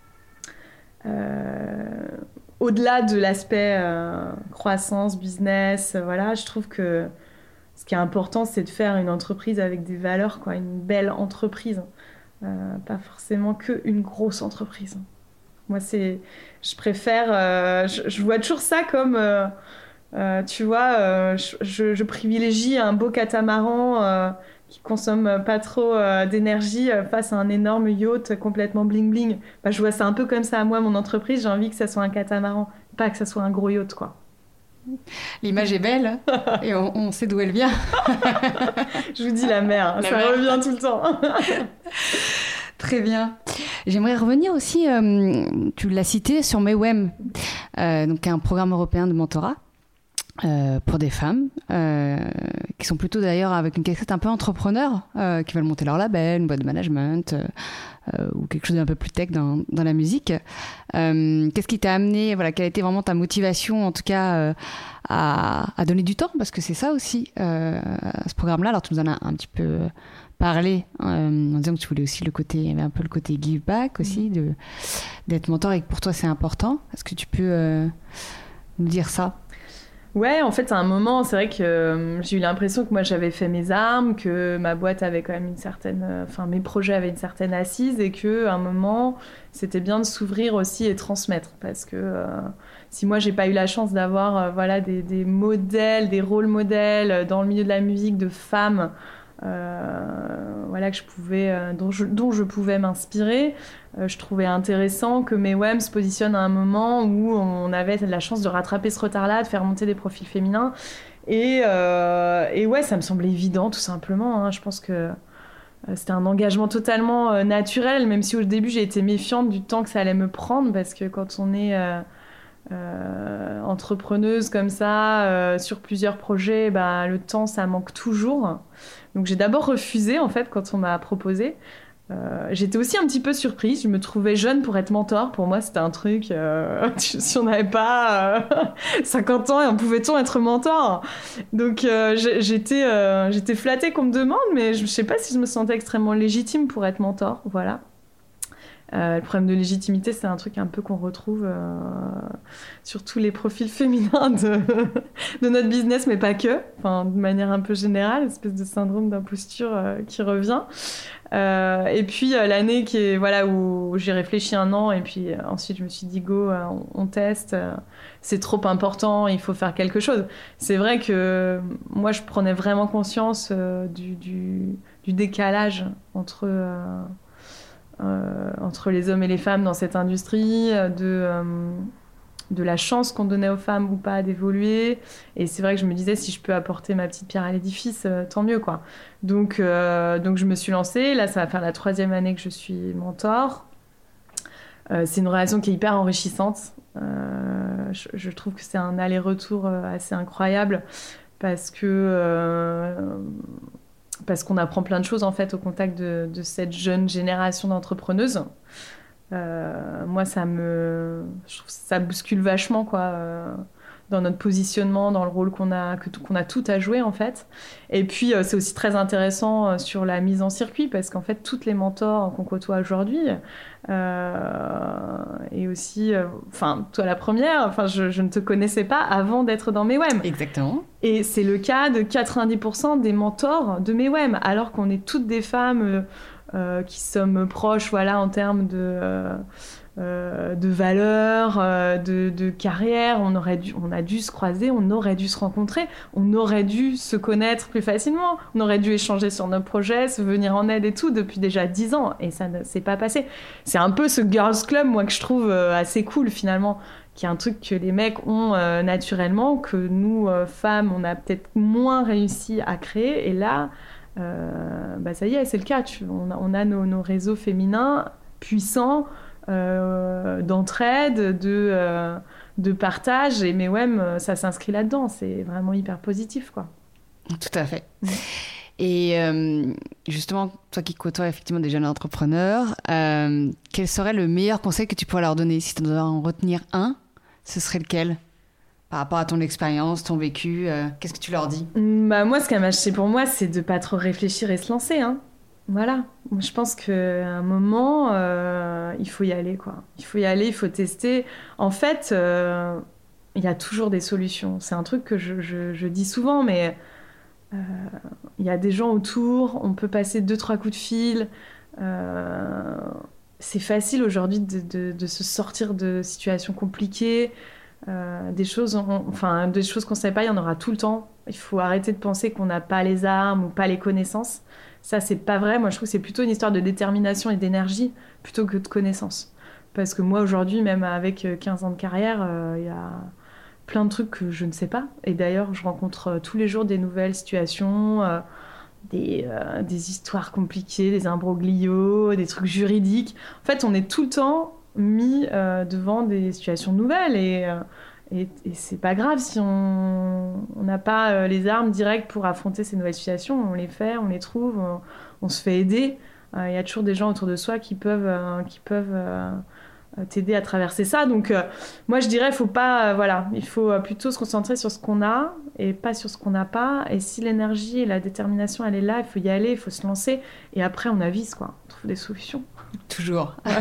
Speaker 1: Euh, au-delà de l'aspect euh, croissance, business, euh, voilà, je trouve que ce qui est important, c'est de faire une entreprise avec des valeurs, quoi, une belle entreprise. Euh, pas forcément qu'une grosse entreprise. Moi, c'est... Je préfère... Euh, je, je vois toujours ça comme... Euh, euh, tu vois, euh, je, je privilégie un beau catamaran... Euh, qui consomme pas trop euh, d'énergie euh, face à un énorme yacht complètement bling bling. Bah, je vois ça un peu comme ça à moi, mon entreprise. J'ai envie que ça soit un catamaran, pas que ça soit un gros yacht, quoi.
Speaker 2: L'image est belle et on, on sait d'où elle vient.
Speaker 1: Je vous dis la mer, la ça mer. Revient tout le temps.
Speaker 2: Très bien. J'aimerais revenir aussi, euh, tu l'as cité, sur MEWEM, euh, donc un programme européen de mentorat euh, pour des femmes euh, qui sont plutôt d'ailleurs avec une casquette un peu entrepreneur, euh, qui veulent monter leur label, une boîte de management euh, euh, ou quelque chose d'un peu plus tech dans, dans la musique. Euh, qu'est-ce qui t'a amené, voilà, quelle a été vraiment ta motivation en tout cas euh, à, à donner du temps, parce que c'est ça aussi, euh, ce programme-là. Alors tu nous en as un petit peu parlé euh, en disant que tu voulais aussi le côté, il y avait un peu le côté give back aussi, de, d'être mentor et que pour toi c'est important. Est-ce que tu peux euh, nous dire ça?
Speaker 1: Ouais, en fait, à un moment, c'est vrai que euh, j'ai eu l'impression que moi, j'avais fait mes armes, que ma boîte avait quand même une certaine... Enfin, euh, mes projets avaient une certaine assise et qu'à un moment, c'était bien de s'ouvrir aussi et transmettre. Parce que euh, si moi, j'ai pas eu la chance d'avoir euh, voilà, des, des modèles, des rôles modèles dans le milieu de la musique de femmes, euh, voilà, que je pouvais, euh, dont, je, dont je pouvais m'inspirer, Euh, je trouvais intéressant que MEWEM se positionne à un moment où on avait la chance de rattraper ce retard-là, de faire monter des profils féminins. Et, euh, et ouais, ça me semblait évident, tout simplement. Hein. Je pense que euh, c'était un engagement totalement euh, naturel, même si au début, j'ai été méfiante du temps que ça allait me prendre, parce que quand on est euh, euh, entrepreneuse comme ça, euh, sur plusieurs projets, bah, le temps, ça manque toujours. Donc j'ai d'abord refusé, en fait, quand on m'a proposé. Euh, j'étais aussi un petit peu surprise, je me trouvais jeune pour être mentor, pour moi c'était un truc, euh, si on n'avait pas euh, cinquante ans, on pouvait-on être mentor? Donc euh, j'étais, euh, j'étais flattée qu'on me demande, mais je ne sais pas si je me sentais extrêmement légitime pour être mentor, voilà. Euh, le problème de légitimité, c'est un truc un peu qu'on retrouve euh, sur tous les profils féminins de, de notre business, mais pas que, enfin, de manière un peu générale, une espèce de syndrome d'imposture euh, qui revient. Euh, et puis euh, l'année qui est, voilà, où j'ai réfléchi un an, et puis euh, ensuite je me suis dit go, euh, on, on teste, euh, c'est trop important, il faut faire quelque chose. C'est vrai que moi je prenais vraiment conscience euh, du, du, du décalage entre... Euh, Euh, entre les hommes et les femmes dans cette industrie, de, euh, de la chance qu'on donnait aux femmes ou pas d'évoluer. Et c'est vrai que je me disais, si je peux apporter ma petite pierre à l'édifice, euh, tant mieux, quoi. Donc, euh, donc je me suis lancée. Là, ça va faire la troisième année que je suis mentor. Euh, c'est une relation qui est hyper enrichissante. Euh, je, je trouve que c'est un aller-retour assez incroyable parce que... Euh, parce qu'on apprend plein de choses en fait au contact de, de cette jeune génération d'entrepreneuses. Euh, moi, ça me, je trouve que ça bouscule vachement quoi, euh, dans notre positionnement, dans le rôle qu'on a, que, qu'on a tout à jouer en fait. Et puis, euh, c'est aussi très intéressant euh, sur la mise en circuit parce qu'en fait, toutes les mentors qu'on côtoie aujourd'hui, euh, et aussi, enfin, euh, toi la première, enfin, je, je ne te connaissais pas avant d'être dans MEWEM.
Speaker 2: Exactement.
Speaker 1: Et c'est le cas de quatre-vingt-dix pour cent des mentors de MEWEM, alors qu'on est toutes des femmes euh, euh, qui sommes proches, voilà, en termes de, euh, euh, de valeurs, euh, de, de carrière. On aurait dû, on a dû se croiser, on aurait dû se rencontrer, on aurait dû se connaître plus facilement, on aurait dû échanger sur nos projets, se venir en aide et tout depuis déjà dix ans, et ça ne s'est pas passé. C'est un peu ce girls club, moi, que je trouve euh, assez cool finalement, qui est un truc que les mecs ont euh, naturellement, que nous, euh, femmes, on a peut-être moins réussi à créer. Et là, euh, bah ça y est, c'est le cas. Tu, on a, on a nos, nos réseaux féminins puissants, euh, d'entraide, de, euh, de partage. Et MEWEM, ça s'inscrit là-dedans. C'est vraiment hyper positif, quoi.
Speaker 2: Tout à fait. Mmh. Et euh, justement, toi qui côtoies effectivement des jeunes entrepreneurs, euh, quel serait le meilleur conseil que tu pourrais leur donner? Si tu dois en retenir un, ce serait lequel? Par rapport à ton expérience, ton vécu, euh, qu'est-ce que tu leur dis?
Speaker 1: Bah moi, ce qui a marché pour moi, c'est de pas trop réfléchir et se lancer. Hein. Voilà. Je pense qu'à un moment, euh, il faut y aller, quoi. Il faut y aller, il faut tester. En fait, euh, il y a toujours des solutions. C'est un truc que je, je, je dis souvent, mais il euh, y a des gens autour, on peut passer deux, trois coups de fil. Euh, c'est facile aujourd'hui de, de, de se sortir de situations compliquées. Euh, des choses, on, enfin, des choses qu'on ne sait pas, il y en aura tout le temps. Il faut arrêter de penser qu'on n'a pas les armes ou pas les connaissances. Ça, c'est pas vrai. Moi, je trouve que c'est plutôt une histoire de détermination et d'énergie plutôt que de connaissances. Parce que moi, aujourd'hui, même avec quinze ans de carrière, il euh, y a... plein de trucs que je ne sais pas. Et d'ailleurs, je rencontre euh, tous les jours des nouvelles situations, euh, des, euh, des histoires compliquées, des imbroglios, des trucs juridiques. En fait, on est tout le temps mis euh, devant des situations nouvelles et, euh, et, et c'est pas grave si on n'a pas euh, les armes directes pour affronter ces nouvelles situations. On les fait, on les trouve, on, on se fait aider. Il euh, y a toujours des gens autour de soi qui peuvent, euh, qui peuvent euh, t'aider à traverser ça. Donc, euh, moi, je dirais, faut pas, euh, voilà, il faut plutôt se concentrer sur ce qu'on a et pas sur ce qu'on n'a pas. Et si l'énergie et la détermination, elle est là, il faut y aller, il faut se lancer. Et après, on avise, quoi. On trouve des solutions.
Speaker 2: Toujours. Ouais.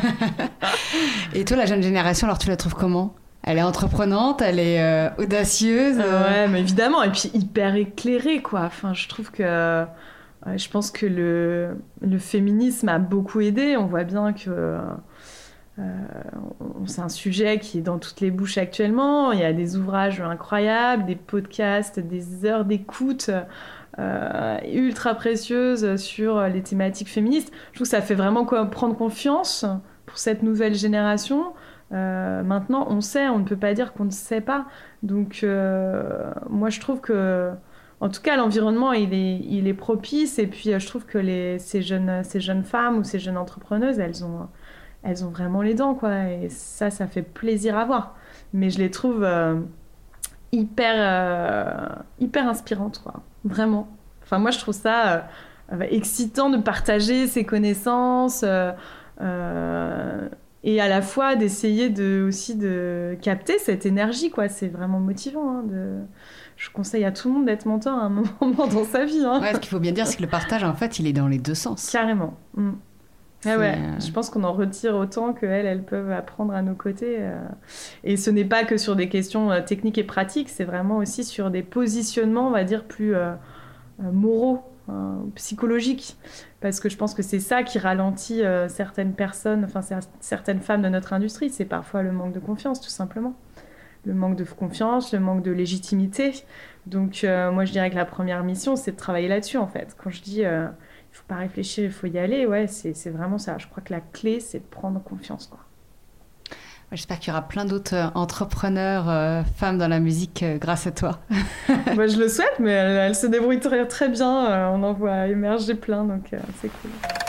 Speaker 2: Et toi, la jeune génération, alors tu la trouves comment ? Elle est entreprenante, elle est euh, audacieuse. Euh...
Speaker 1: Ouais, mais évidemment. Et puis hyper éclairée, quoi. Enfin, je trouve que... Ouais, je pense que le, le féminisme a beaucoup aidé. On voit bien que... Euh, c'est un sujet qui est dans toutes les bouches actuellement. Il y a des ouvrages incroyables, des podcasts, des heures d'écoute euh, ultra précieuses sur les thématiques féministes. Je trouve que ça fait vraiment quoi, prendre confiance pour cette nouvelle génération. Euh, maintenant, on sait, on ne peut pas dire qu'on ne sait pas. Donc, euh, moi, je trouve que, en tout cas, l'environnement, il est, il est propice. Et puis, je trouve que les, ces, jeunes, ces jeunes femmes ou ces jeunes entrepreneuses, elles ont... elles ont vraiment les dents, quoi. Et ça, ça fait plaisir à voir. Mais je les trouve euh, hyper, euh, hyper inspirantes, quoi. Vraiment. Enfin, moi, je trouve ça euh, excitant de partager ses connaissances euh, euh, et à la fois d'essayer de, aussi de capter cette énergie, quoi. C'est vraiment motivant, hein, de... Je conseille à tout le monde d'être mentor à un moment dans sa vie. Hein.
Speaker 2: Ouais, ce qu'il faut bien dire, c'est que le partage, en fait, il est dans les deux sens.
Speaker 1: Carrément. Mm. Ah ouais,
Speaker 2: euh...
Speaker 1: je pense qu'on en retire autant qu'elles, elles peuvent apprendre à nos côtés. Euh... Et ce n'est pas que sur des questions euh, techniques et pratiques, c'est vraiment aussi sur des positionnements, on va dire, plus euh, euh, moraux, hein, psychologiques. Parce que je pense que c'est ça qui ralentit euh, certaines personnes, enfin certaines femmes de notre industrie. C'est parfois le manque de confiance, tout simplement. Le manque de confiance, le manque de légitimité. Donc euh, moi, je dirais que la première mission, c'est de travailler là-dessus, en fait. Quand je dis... Euh, il ne faut pas réfléchir, il faut y aller. Ouais, c'est, c'est vraiment ça. Je crois que la clé, c'est de prendre confiance, quoi.
Speaker 2: J'espère qu'il y aura plein d'autres entrepreneurs, euh, femmes dans la musique euh, grâce à toi.
Speaker 1: Bah, je le souhaite, mais elles, elles se débrouillent très, très bien. Euh, on en voit émerger plein, donc euh, c'est cool.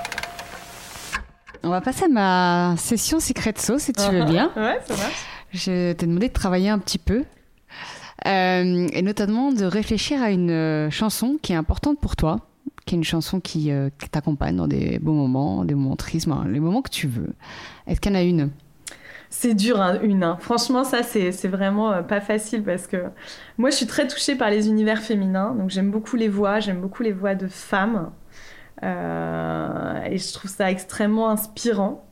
Speaker 2: On va passer à ma session Secret Sauce, si tu uh-huh. veux bien.
Speaker 1: Ouais, ça marche.
Speaker 2: Je t'ai demandé de travailler un petit peu. Euh, et notamment de réfléchir à une euh, chanson qui est importante pour toi. Qui est une chanson qui, euh, qui t'accompagne dans des beaux moments, des moments tristes, hein, les moments que tu veux. Est-ce qu'il y en a une ?
Speaker 1: C'est dur, hein, une. Hein. Franchement, ça, c'est, c'est vraiment euh, pas facile parce que moi, je suis très touchée par les univers féminins. Donc, j'aime beaucoup les voix, j'aime beaucoup les voix de femmes. Euh, et je trouve ça extrêmement inspirant.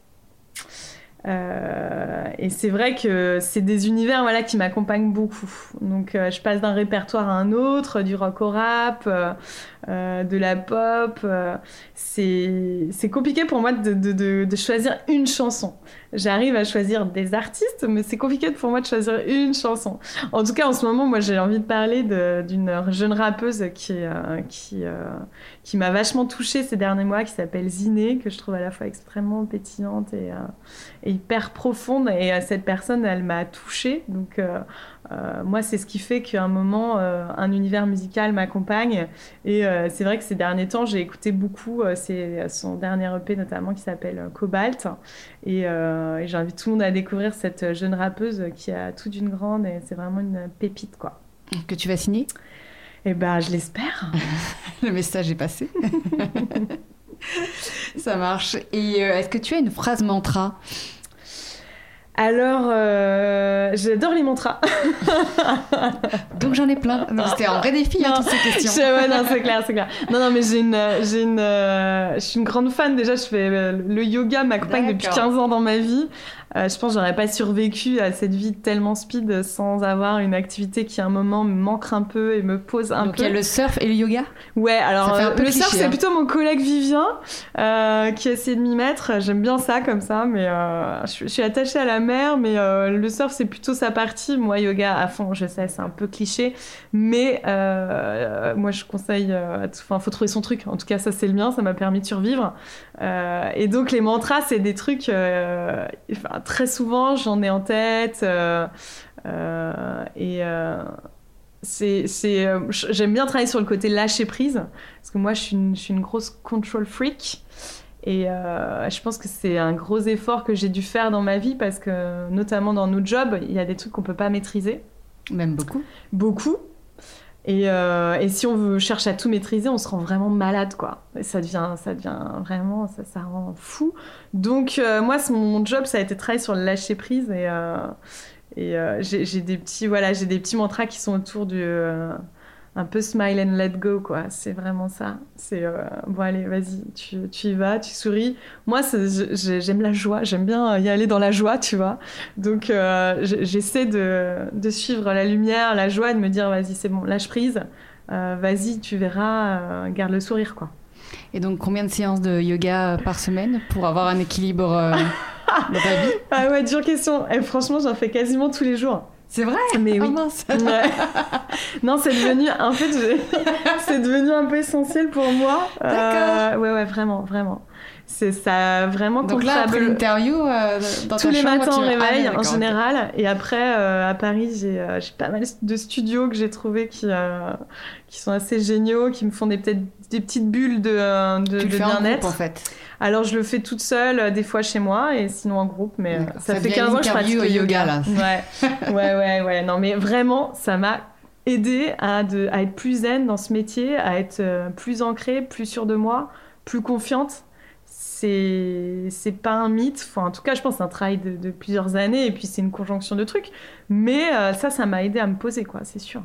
Speaker 1: Euh, et c'est vrai que c'est des univers voilà, qui m'accompagnent beaucoup. Donc euh, je passe d'un répertoire à un autre, du rock au rap, euh, euh, de la pop. Euh, c'est, c'est compliqué pour moi de, de, de, de choisir une chanson. J'arrive à choisir des artistes, mais c'est compliqué pour moi de choisir une chanson. En tout cas, en ce moment, moi, j'ai envie de parler de, d'une jeune rappeuse qui, euh, qui, euh, qui m'a vachement touchée ces derniers mois, qui s'appelle Ziné, que je trouve à la fois extrêmement pétillante et, euh, et hyper profonde. Et euh, cette personne, elle m'a touchée. Donc, euh, euh, moi, c'est ce qui fait qu'à un moment, euh, un univers musical m'accompagne. Et euh, c'est vrai que ces derniers temps, j'ai écouté beaucoup euh, c'est son dernier E P, notamment, qui s'appelle euh, Cobalt. Et, euh, et j'invite tout le monde à découvrir cette jeune rappeuse qui a tout d'une grande. Et c'est vraiment une pépite, quoi.
Speaker 2: Que tu vas signer ?
Speaker 1: Eh ben, je l'espère.
Speaker 2: Le message est passé. Ça marche. Et euh, est-ce que tu as une phrase mantra ?
Speaker 1: Alors, euh, j'adore les mantras.
Speaker 2: Donc j'en ai plein. Donc c'était un vrai défi, hein, toutes ces questions.
Speaker 1: Je, ouais, non, c'est clair, c'est clair. Non, non, mais j'ai une, j'ai une, euh, je suis une grande fan. Déjà, je fais euh, le yoga m'accompagne D'accord. depuis quinze ans dans ma vie. Euh, je pense que j'aurais pas survécu à cette vie tellement speed sans avoir une activité qui à un moment me manque un peu et me pose un
Speaker 2: Donc,
Speaker 1: peu.
Speaker 2: Donc il y a le surf et le yoga ?
Speaker 1: Ouais, alors euh, le cliché, surf, hein. C'est plutôt mon collègue Vivien euh, qui a essayé de m'y mettre. J'aime bien ça comme ça, mais euh, je, je suis attachée à la mer, mais euh, le surf, c'est plutôt sa partie. Moi, yoga à fond, je sais, c'est un peu cliché, mais euh, moi, je conseille... Euh, enfin, faut trouver son truc. En tout cas, ça, c'est le mien. Ça m'a permis de survivre. Euh, et donc, les mantras, c'est des trucs... Euh, enfin, très souvent, j'en ai en tête. Euh, Euh, et euh, c'est, c'est, euh, j'aime bien travailler sur le côté lâcher prise, parce que moi, je suis une, je suis une grosse control freak. Et euh, je pense que c'est un gros effort que j'ai dû faire dans ma vie, parce que, notamment dans nos jobs, il y a des trucs qu'on peut pas maîtriser.
Speaker 2: Même beaucoup.
Speaker 1: Beaucoup. Et, euh, et si on veut, cherche à tout maîtriser, on se rend vraiment malade, quoi. Et ça devient, ça devient vraiment, ça, ça rend fou. Donc, euh, moi, mon, mon job, ça a été de travailler sur le lâcher prise. Et, euh, et euh, j'ai, j'ai des petits, voilà, j'ai des petits mantras qui sont autour du, euh, un peu smile and let go, quoi. C'est vraiment ça. C'est, euh, bon, allez, vas-y, tu, tu y vas, tu souris. Moi, c'est, j'aime la joie. J'aime bien y aller dans la joie, tu vois. Donc, euh, j'essaie de, de suivre la lumière, la joie, et de me dire, vas-y, c'est bon, lâche prise. Euh, vas-y, tu verras, euh, garde le sourire, quoi.
Speaker 2: Et donc, combien de séances de yoga par semaine pour avoir un équilibre euh, dans ta vie?
Speaker 1: Ah ouais, dure question. Et franchement, j'en fais quasiment tous les jours.
Speaker 2: C'est vrai?
Speaker 1: Mais oui.
Speaker 2: Oh mince.
Speaker 1: Ouais. Non, c'est devenu, en fait, je... c'est devenu un peu essentiel pour moi.
Speaker 2: D'accord.
Speaker 1: Euh, ouais, ouais, vraiment, vraiment. C'est ça, vraiment.
Speaker 2: Donc là, après l'interview, euh, dans
Speaker 1: tous
Speaker 2: ta
Speaker 1: les
Speaker 2: chambre,
Speaker 1: matins
Speaker 2: tu...
Speaker 1: au réveil,
Speaker 2: ah,
Speaker 1: en général. Okay. Et après, euh, à Paris, j'ai, euh, j'ai pas mal de studios que j'ai trouvés qui, euh, qui sont assez géniaux, qui me font des, peut-être des petites bulles de, de,
Speaker 2: tu
Speaker 1: de
Speaker 2: le fais
Speaker 1: bien-être.
Speaker 2: En groupe, en fait.
Speaker 1: Alors, je le fais toute seule, des fois chez moi, et sinon en groupe. Mais euh, ça,
Speaker 2: ça
Speaker 1: fait quinze ans que je pratique le yoga.
Speaker 2: yoga là.
Speaker 1: Ouais, ouais, ouais, ouais. Non, mais vraiment, ça m'a aidé à, de, à être plus zen dans ce métier, à être euh, plus ancrée, plus sûre de moi, plus confiante. C'est, c'est pas un mythe. Enfin, en tout cas, je pense que c'est un travail de, de plusieurs années, et puis c'est une conjonction de trucs. Mais euh, ça, ça m'a aidé à me poser, quoi, c'est sûr.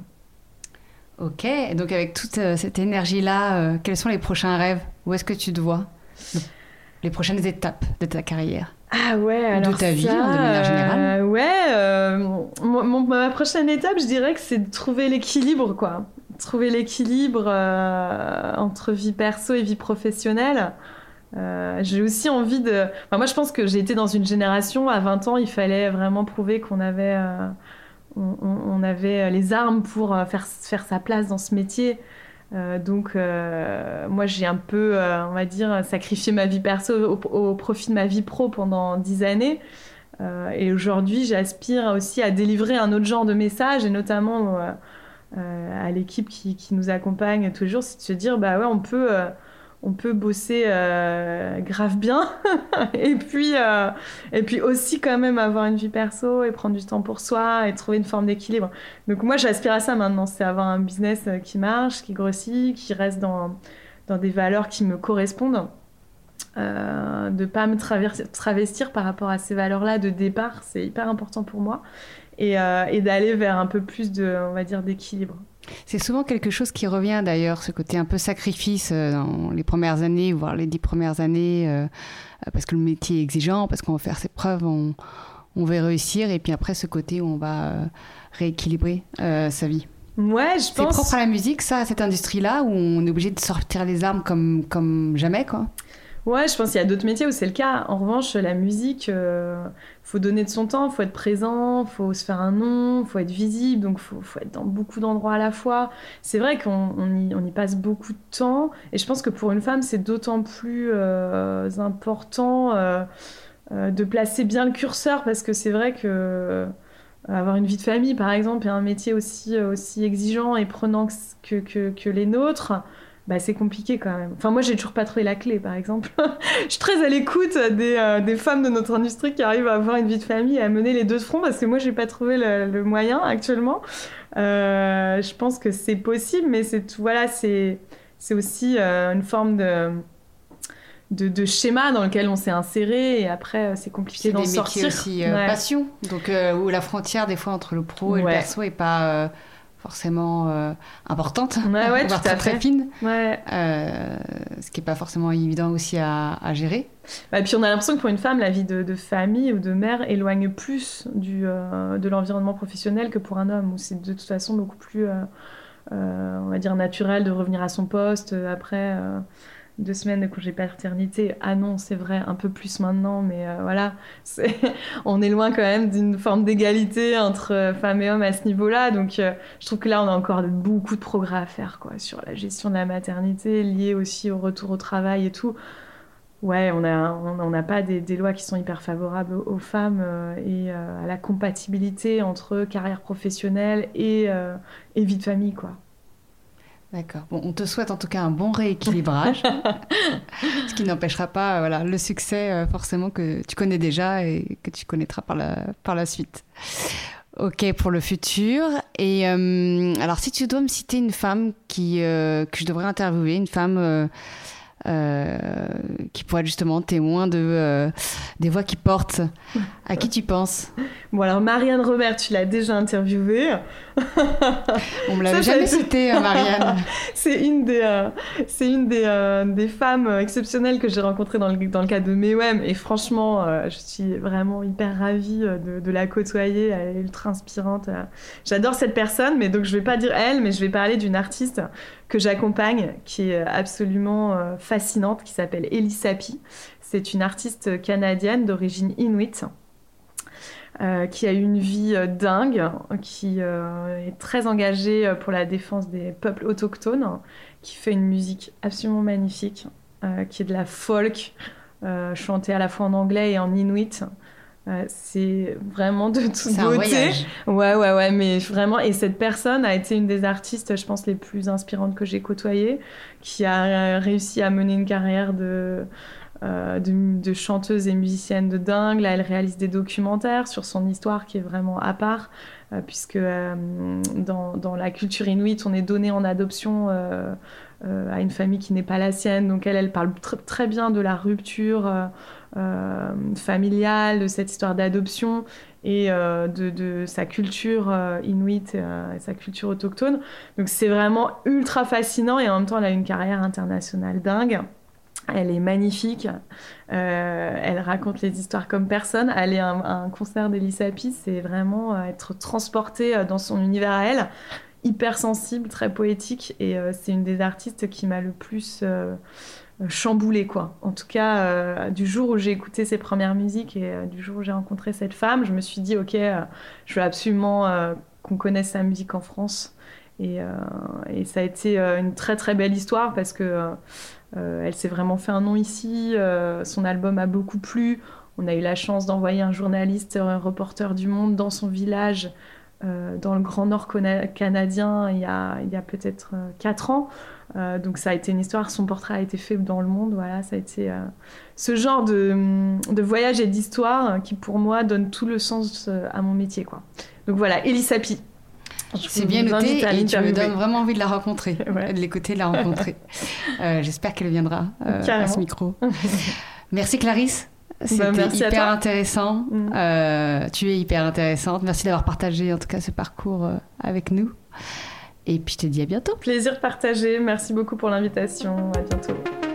Speaker 2: Ok, et donc avec toute euh, cette énergie-là, euh, quels sont les prochains rêves? Où est-ce que tu te vois? Les prochaines étapes de ta carrière?
Speaker 1: Ah ouais, alors
Speaker 2: de ta
Speaker 1: ça,
Speaker 2: vie, en de manière générale.
Speaker 1: Euh, ouais, euh, mon, mon, ma prochaine étape, je dirais que c'est de trouver l'équilibre, quoi. Trouver l'équilibre euh, entre vie perso et vie professionnelle. Euh, j'ai aussi envie de... Enfin, moi, je pense que j'ai été dans une génération, à vingt ans, il fallait vraiment prouver qu'on avait, euh, on, on avait les armes pour faire, faire sa place dans ce métier. Euh, donc, euh, moi, j'ai un peu, euh, on va dire, sacrifié ma vie perso au, au profit de ma vie pro pendant dix années. Euh, et aujourd'hui, j'aspire aussi à délivrer un autre genre de message, et notamment euh, euh, à l'équipe qui, qui nous accompagne tous les jours, c'est de se dire, bah ouais, on peut... Euh, on peut bosser euh, grave bien et puis euh, et puis aussi quand même avoir une vie perso et prendre du temps pour soi et trouver une forme d'équilibre. Donc moi, j'aspire à ça maintenant, c'est avoir un business qui marche, qui grossit, qui reste dans dans des valeurs qui me correspondent, euh, de pas me traverser, travestir par rapport à ces valeurs-là de départ, c'est hyper important pour moi, et, euh, et d'aller vers un peu plus de, on va dire, d'équilibre.
Speaker 2: C'est souvent quelque chose qui revient d'ailleurs, ce côté un peu sacrifice euh, dans les premières années, voire les dix premières années, euh, parce que le métier est exigeant, parce qu'on va faire ses preuves, on, on va réussir, et puis après ce côté où on va euh, rééquilibrer euh, sa vie.
Speaker 1: Ouais, je
Speaker 2: c'est
Speaker 1: pense...
Speaker 2: propre à la musique, ça, à cette industrie-là, où on est obligé de sortir les armes comme, comme jamais, quoi.
Speaker 1: Ouais, je pense qu'il y a d'autres métiers où c'est le cas. En revanche, la musique, euh, faut donner de son temps, faut être présent, faut se faire un nom, faut être visible, donc faut, faut être dans beaucoup d'endroits à la fois. C'est vrai qu'on on y, on y passe beaucoup de temps, et je pense que pour une femme, c'est d'autant plus euh, important euh, euh, de placer bien le curseur, parce que c'est vrai que euh, avoir une vie de famille, par exemple, et un métier aussi, aussi exigeant et prenant que, que, que les nôtres, bah, c'est compliqué quand même. Enfin, moi, j'ai toujours pas trouvé la clé, par exemple. Je suis très à l'écoute des, euh, des femmes de notre industrie qui arrivent à avoir une vie de famille et à mener les deux de front, parce que moi, j'ai pas trouvé le, le moyen actuellement. Euh, je pense que c'est possible, mais c'est, voilà, c'est, c'est aussi euh, une forme de, de, de schéma dans lequel on s'est inséré, et après, c'est compliqué c'est d'en sortir.
Speaker 2: C'est des métiers aussi euh, ouais. passion, donc euh, où la frontière, des fois, entre le pro et ouais. le perso est pas... Euh... forcément euh, importante,
Speaker 1: ouais, ouais,
Speaker 2: voire très, très fine,
Speaker 1: ouais.
Speaker 2: euh, ce qui n'est pas forcément évident aussi à, à gérer.
Speaker 1: Bah, et puis on a l'impression que pour une femme, la vie de, de famille ou de mère éloigne plus du, euh, de l'environnement professionnel que pour un homme, où c'est de toute façon beaucoup plus, euh, euh, on va dire, naturel de revenir à son poste après euh, deux semaines de congé paternité. Ah non, c'est vrai, un peu plus maintenant, mais euh, voilà, c'est... on est loin quand même d'une forme d'égalité entre femmes et hommes à ce niveau-là. Donc euh, je trouve que là, on a encore beaucoup de progrès à faire, quoi, sur la gestion de la maternité, liée aussi au retour au travail et tout. Ouais, on n'a on, on a pas des, des lois qui sont hyper favorables aux, aux femmes euh, et euh, à la compatibilité entre carrière professionnelle et, euh, et vie de famille, quoi.
Speaker 2: D'accord. Bon, on te souhaite en tout cas un bon rééquilibrage, ce qui n'empêchera pas voilà, le succès euh, forcément que tu connais déjà et que tu connaîtras par la, par la suite. Ok, pour le futur. Et euh, alors, si tu dois me citer une femme qui, euh, que je devrais interviewer, une femme euh, euh, qui pourrait être justement témoin de, euh, des voix qui portent, à qui tu penses?
Speaker 1: Bon, alors Marianne Robert, tu l'as déjà interviewée.
Speaker 2: On me l'avait ça, jamais
Speaker 1: ça...
Speaker 2: citée, Marianne.
Speaker 1: c'est une des, euh, c'est une des, euh, des femmes exceptionnelles que j'ai rencontrées dans le, dans le cadre de MEWEM. Et franchement, euh, je suis vraiment hyper ravie de, de la côtoyer. Elle est ultra inspirante. J'adore cette personne, mais donc je ne vais pas dire elle, mais je vais parler d'une artiste que j'accompagne, qui est absolument euh, fascinante, qui s'appelle Ellie Sapi. C'est une artiste canadienne d'origine inuit. Euh, qui a eu une vie euh, dingue, qui euh, est très engagée pour la défense des peuples autochtones, qui fait une musique absolument magnifique, euh, qui est de la folk, euh, chantée à la fois en anglais et en inuit. Euh, c'est vraiment de toute
Speaker 2: c'est
Speaker 1: beauté.
Speaker 2: Un voyage.
Speaker 1: Ouais, ouais, ouais, mais vraiment. Et cette personne a été une des artistes, je pense, les plus inspirantes que j'ai côtoyées, qui a réussi à mener une carrière de... Euh, de, de chanteuse et musicienne de dingue. Là, elle réalise des documentaires sur son histoire qui est vraiment à part, euh, puisque euh, dans, dans la culture inuit, on est donné en adoption euh, euh, à une famille qui n'est pas la sienne. Donc elle, elle parle tr- très bien de la rupture euh, euh, familiale, de cette histoire d'adoption et euh, de, de sa culture euh, inuit euh, et sa culture autochtone. Donc c'est vraiment ultra fascinant et en même temps, elle a une carrière internationale dingue. Elle est magnifique, euh, elle raconte les histoires comme personne. Aller à un, à un concert d'Ellie Sapi, c'est vraiment euh, être transporté dans son univers à elle, hyper sensible, très poétique, et euh, c'est une des artistes qui m'a le plus euh, chamboulée, quoi. En tout cas, euh, du jour où j'ai écouté ses premières musiques et euh, du jour où j'ai rencontré cette femme, je me suis dit, ok, euh, je veux absolument euh, qu'on connaisse sa musique en France. Et, euh, et ça a été euh, une très très belle histoire parce que euh, Euh, elle s'est vraiment fait un nom ici, euh, son album a beaucoup plu. On a eu la chance d'envoyer un journaliste, un reporter du Monde dans son village, euh, dans le Grand Nord cana- canadien, il y a, il y a peut-être euh, quatre ans. Euh, donc ça a été une histoire, son portrait a été fait dans le monde. Voilà, ça a été euh, ce genre de, de voyage et d'histoire qui, pour moi, donne tout le sens à mon métier, quoi. Donc voilà, Ellie Sapi.
Speaker 2: Je C'est bien noté et tu me donnes vraiment envie de la rencontrer, ouais. de l'écouter, de la rencontrer. euh, j'espère qu'elle viendra euh, à ce micro. Merci Clarisse, c'était bah, merci hyper intéressant. Mmh. Euh, tu es hyper intéressante. Merci d'avoir partagé en tout cas ce parcours euh, avec nous. Et puis je te dis à bientôt.
Speaker 1: Plaisir partagé, merci beaucoup pour l'invitation, à bientôt.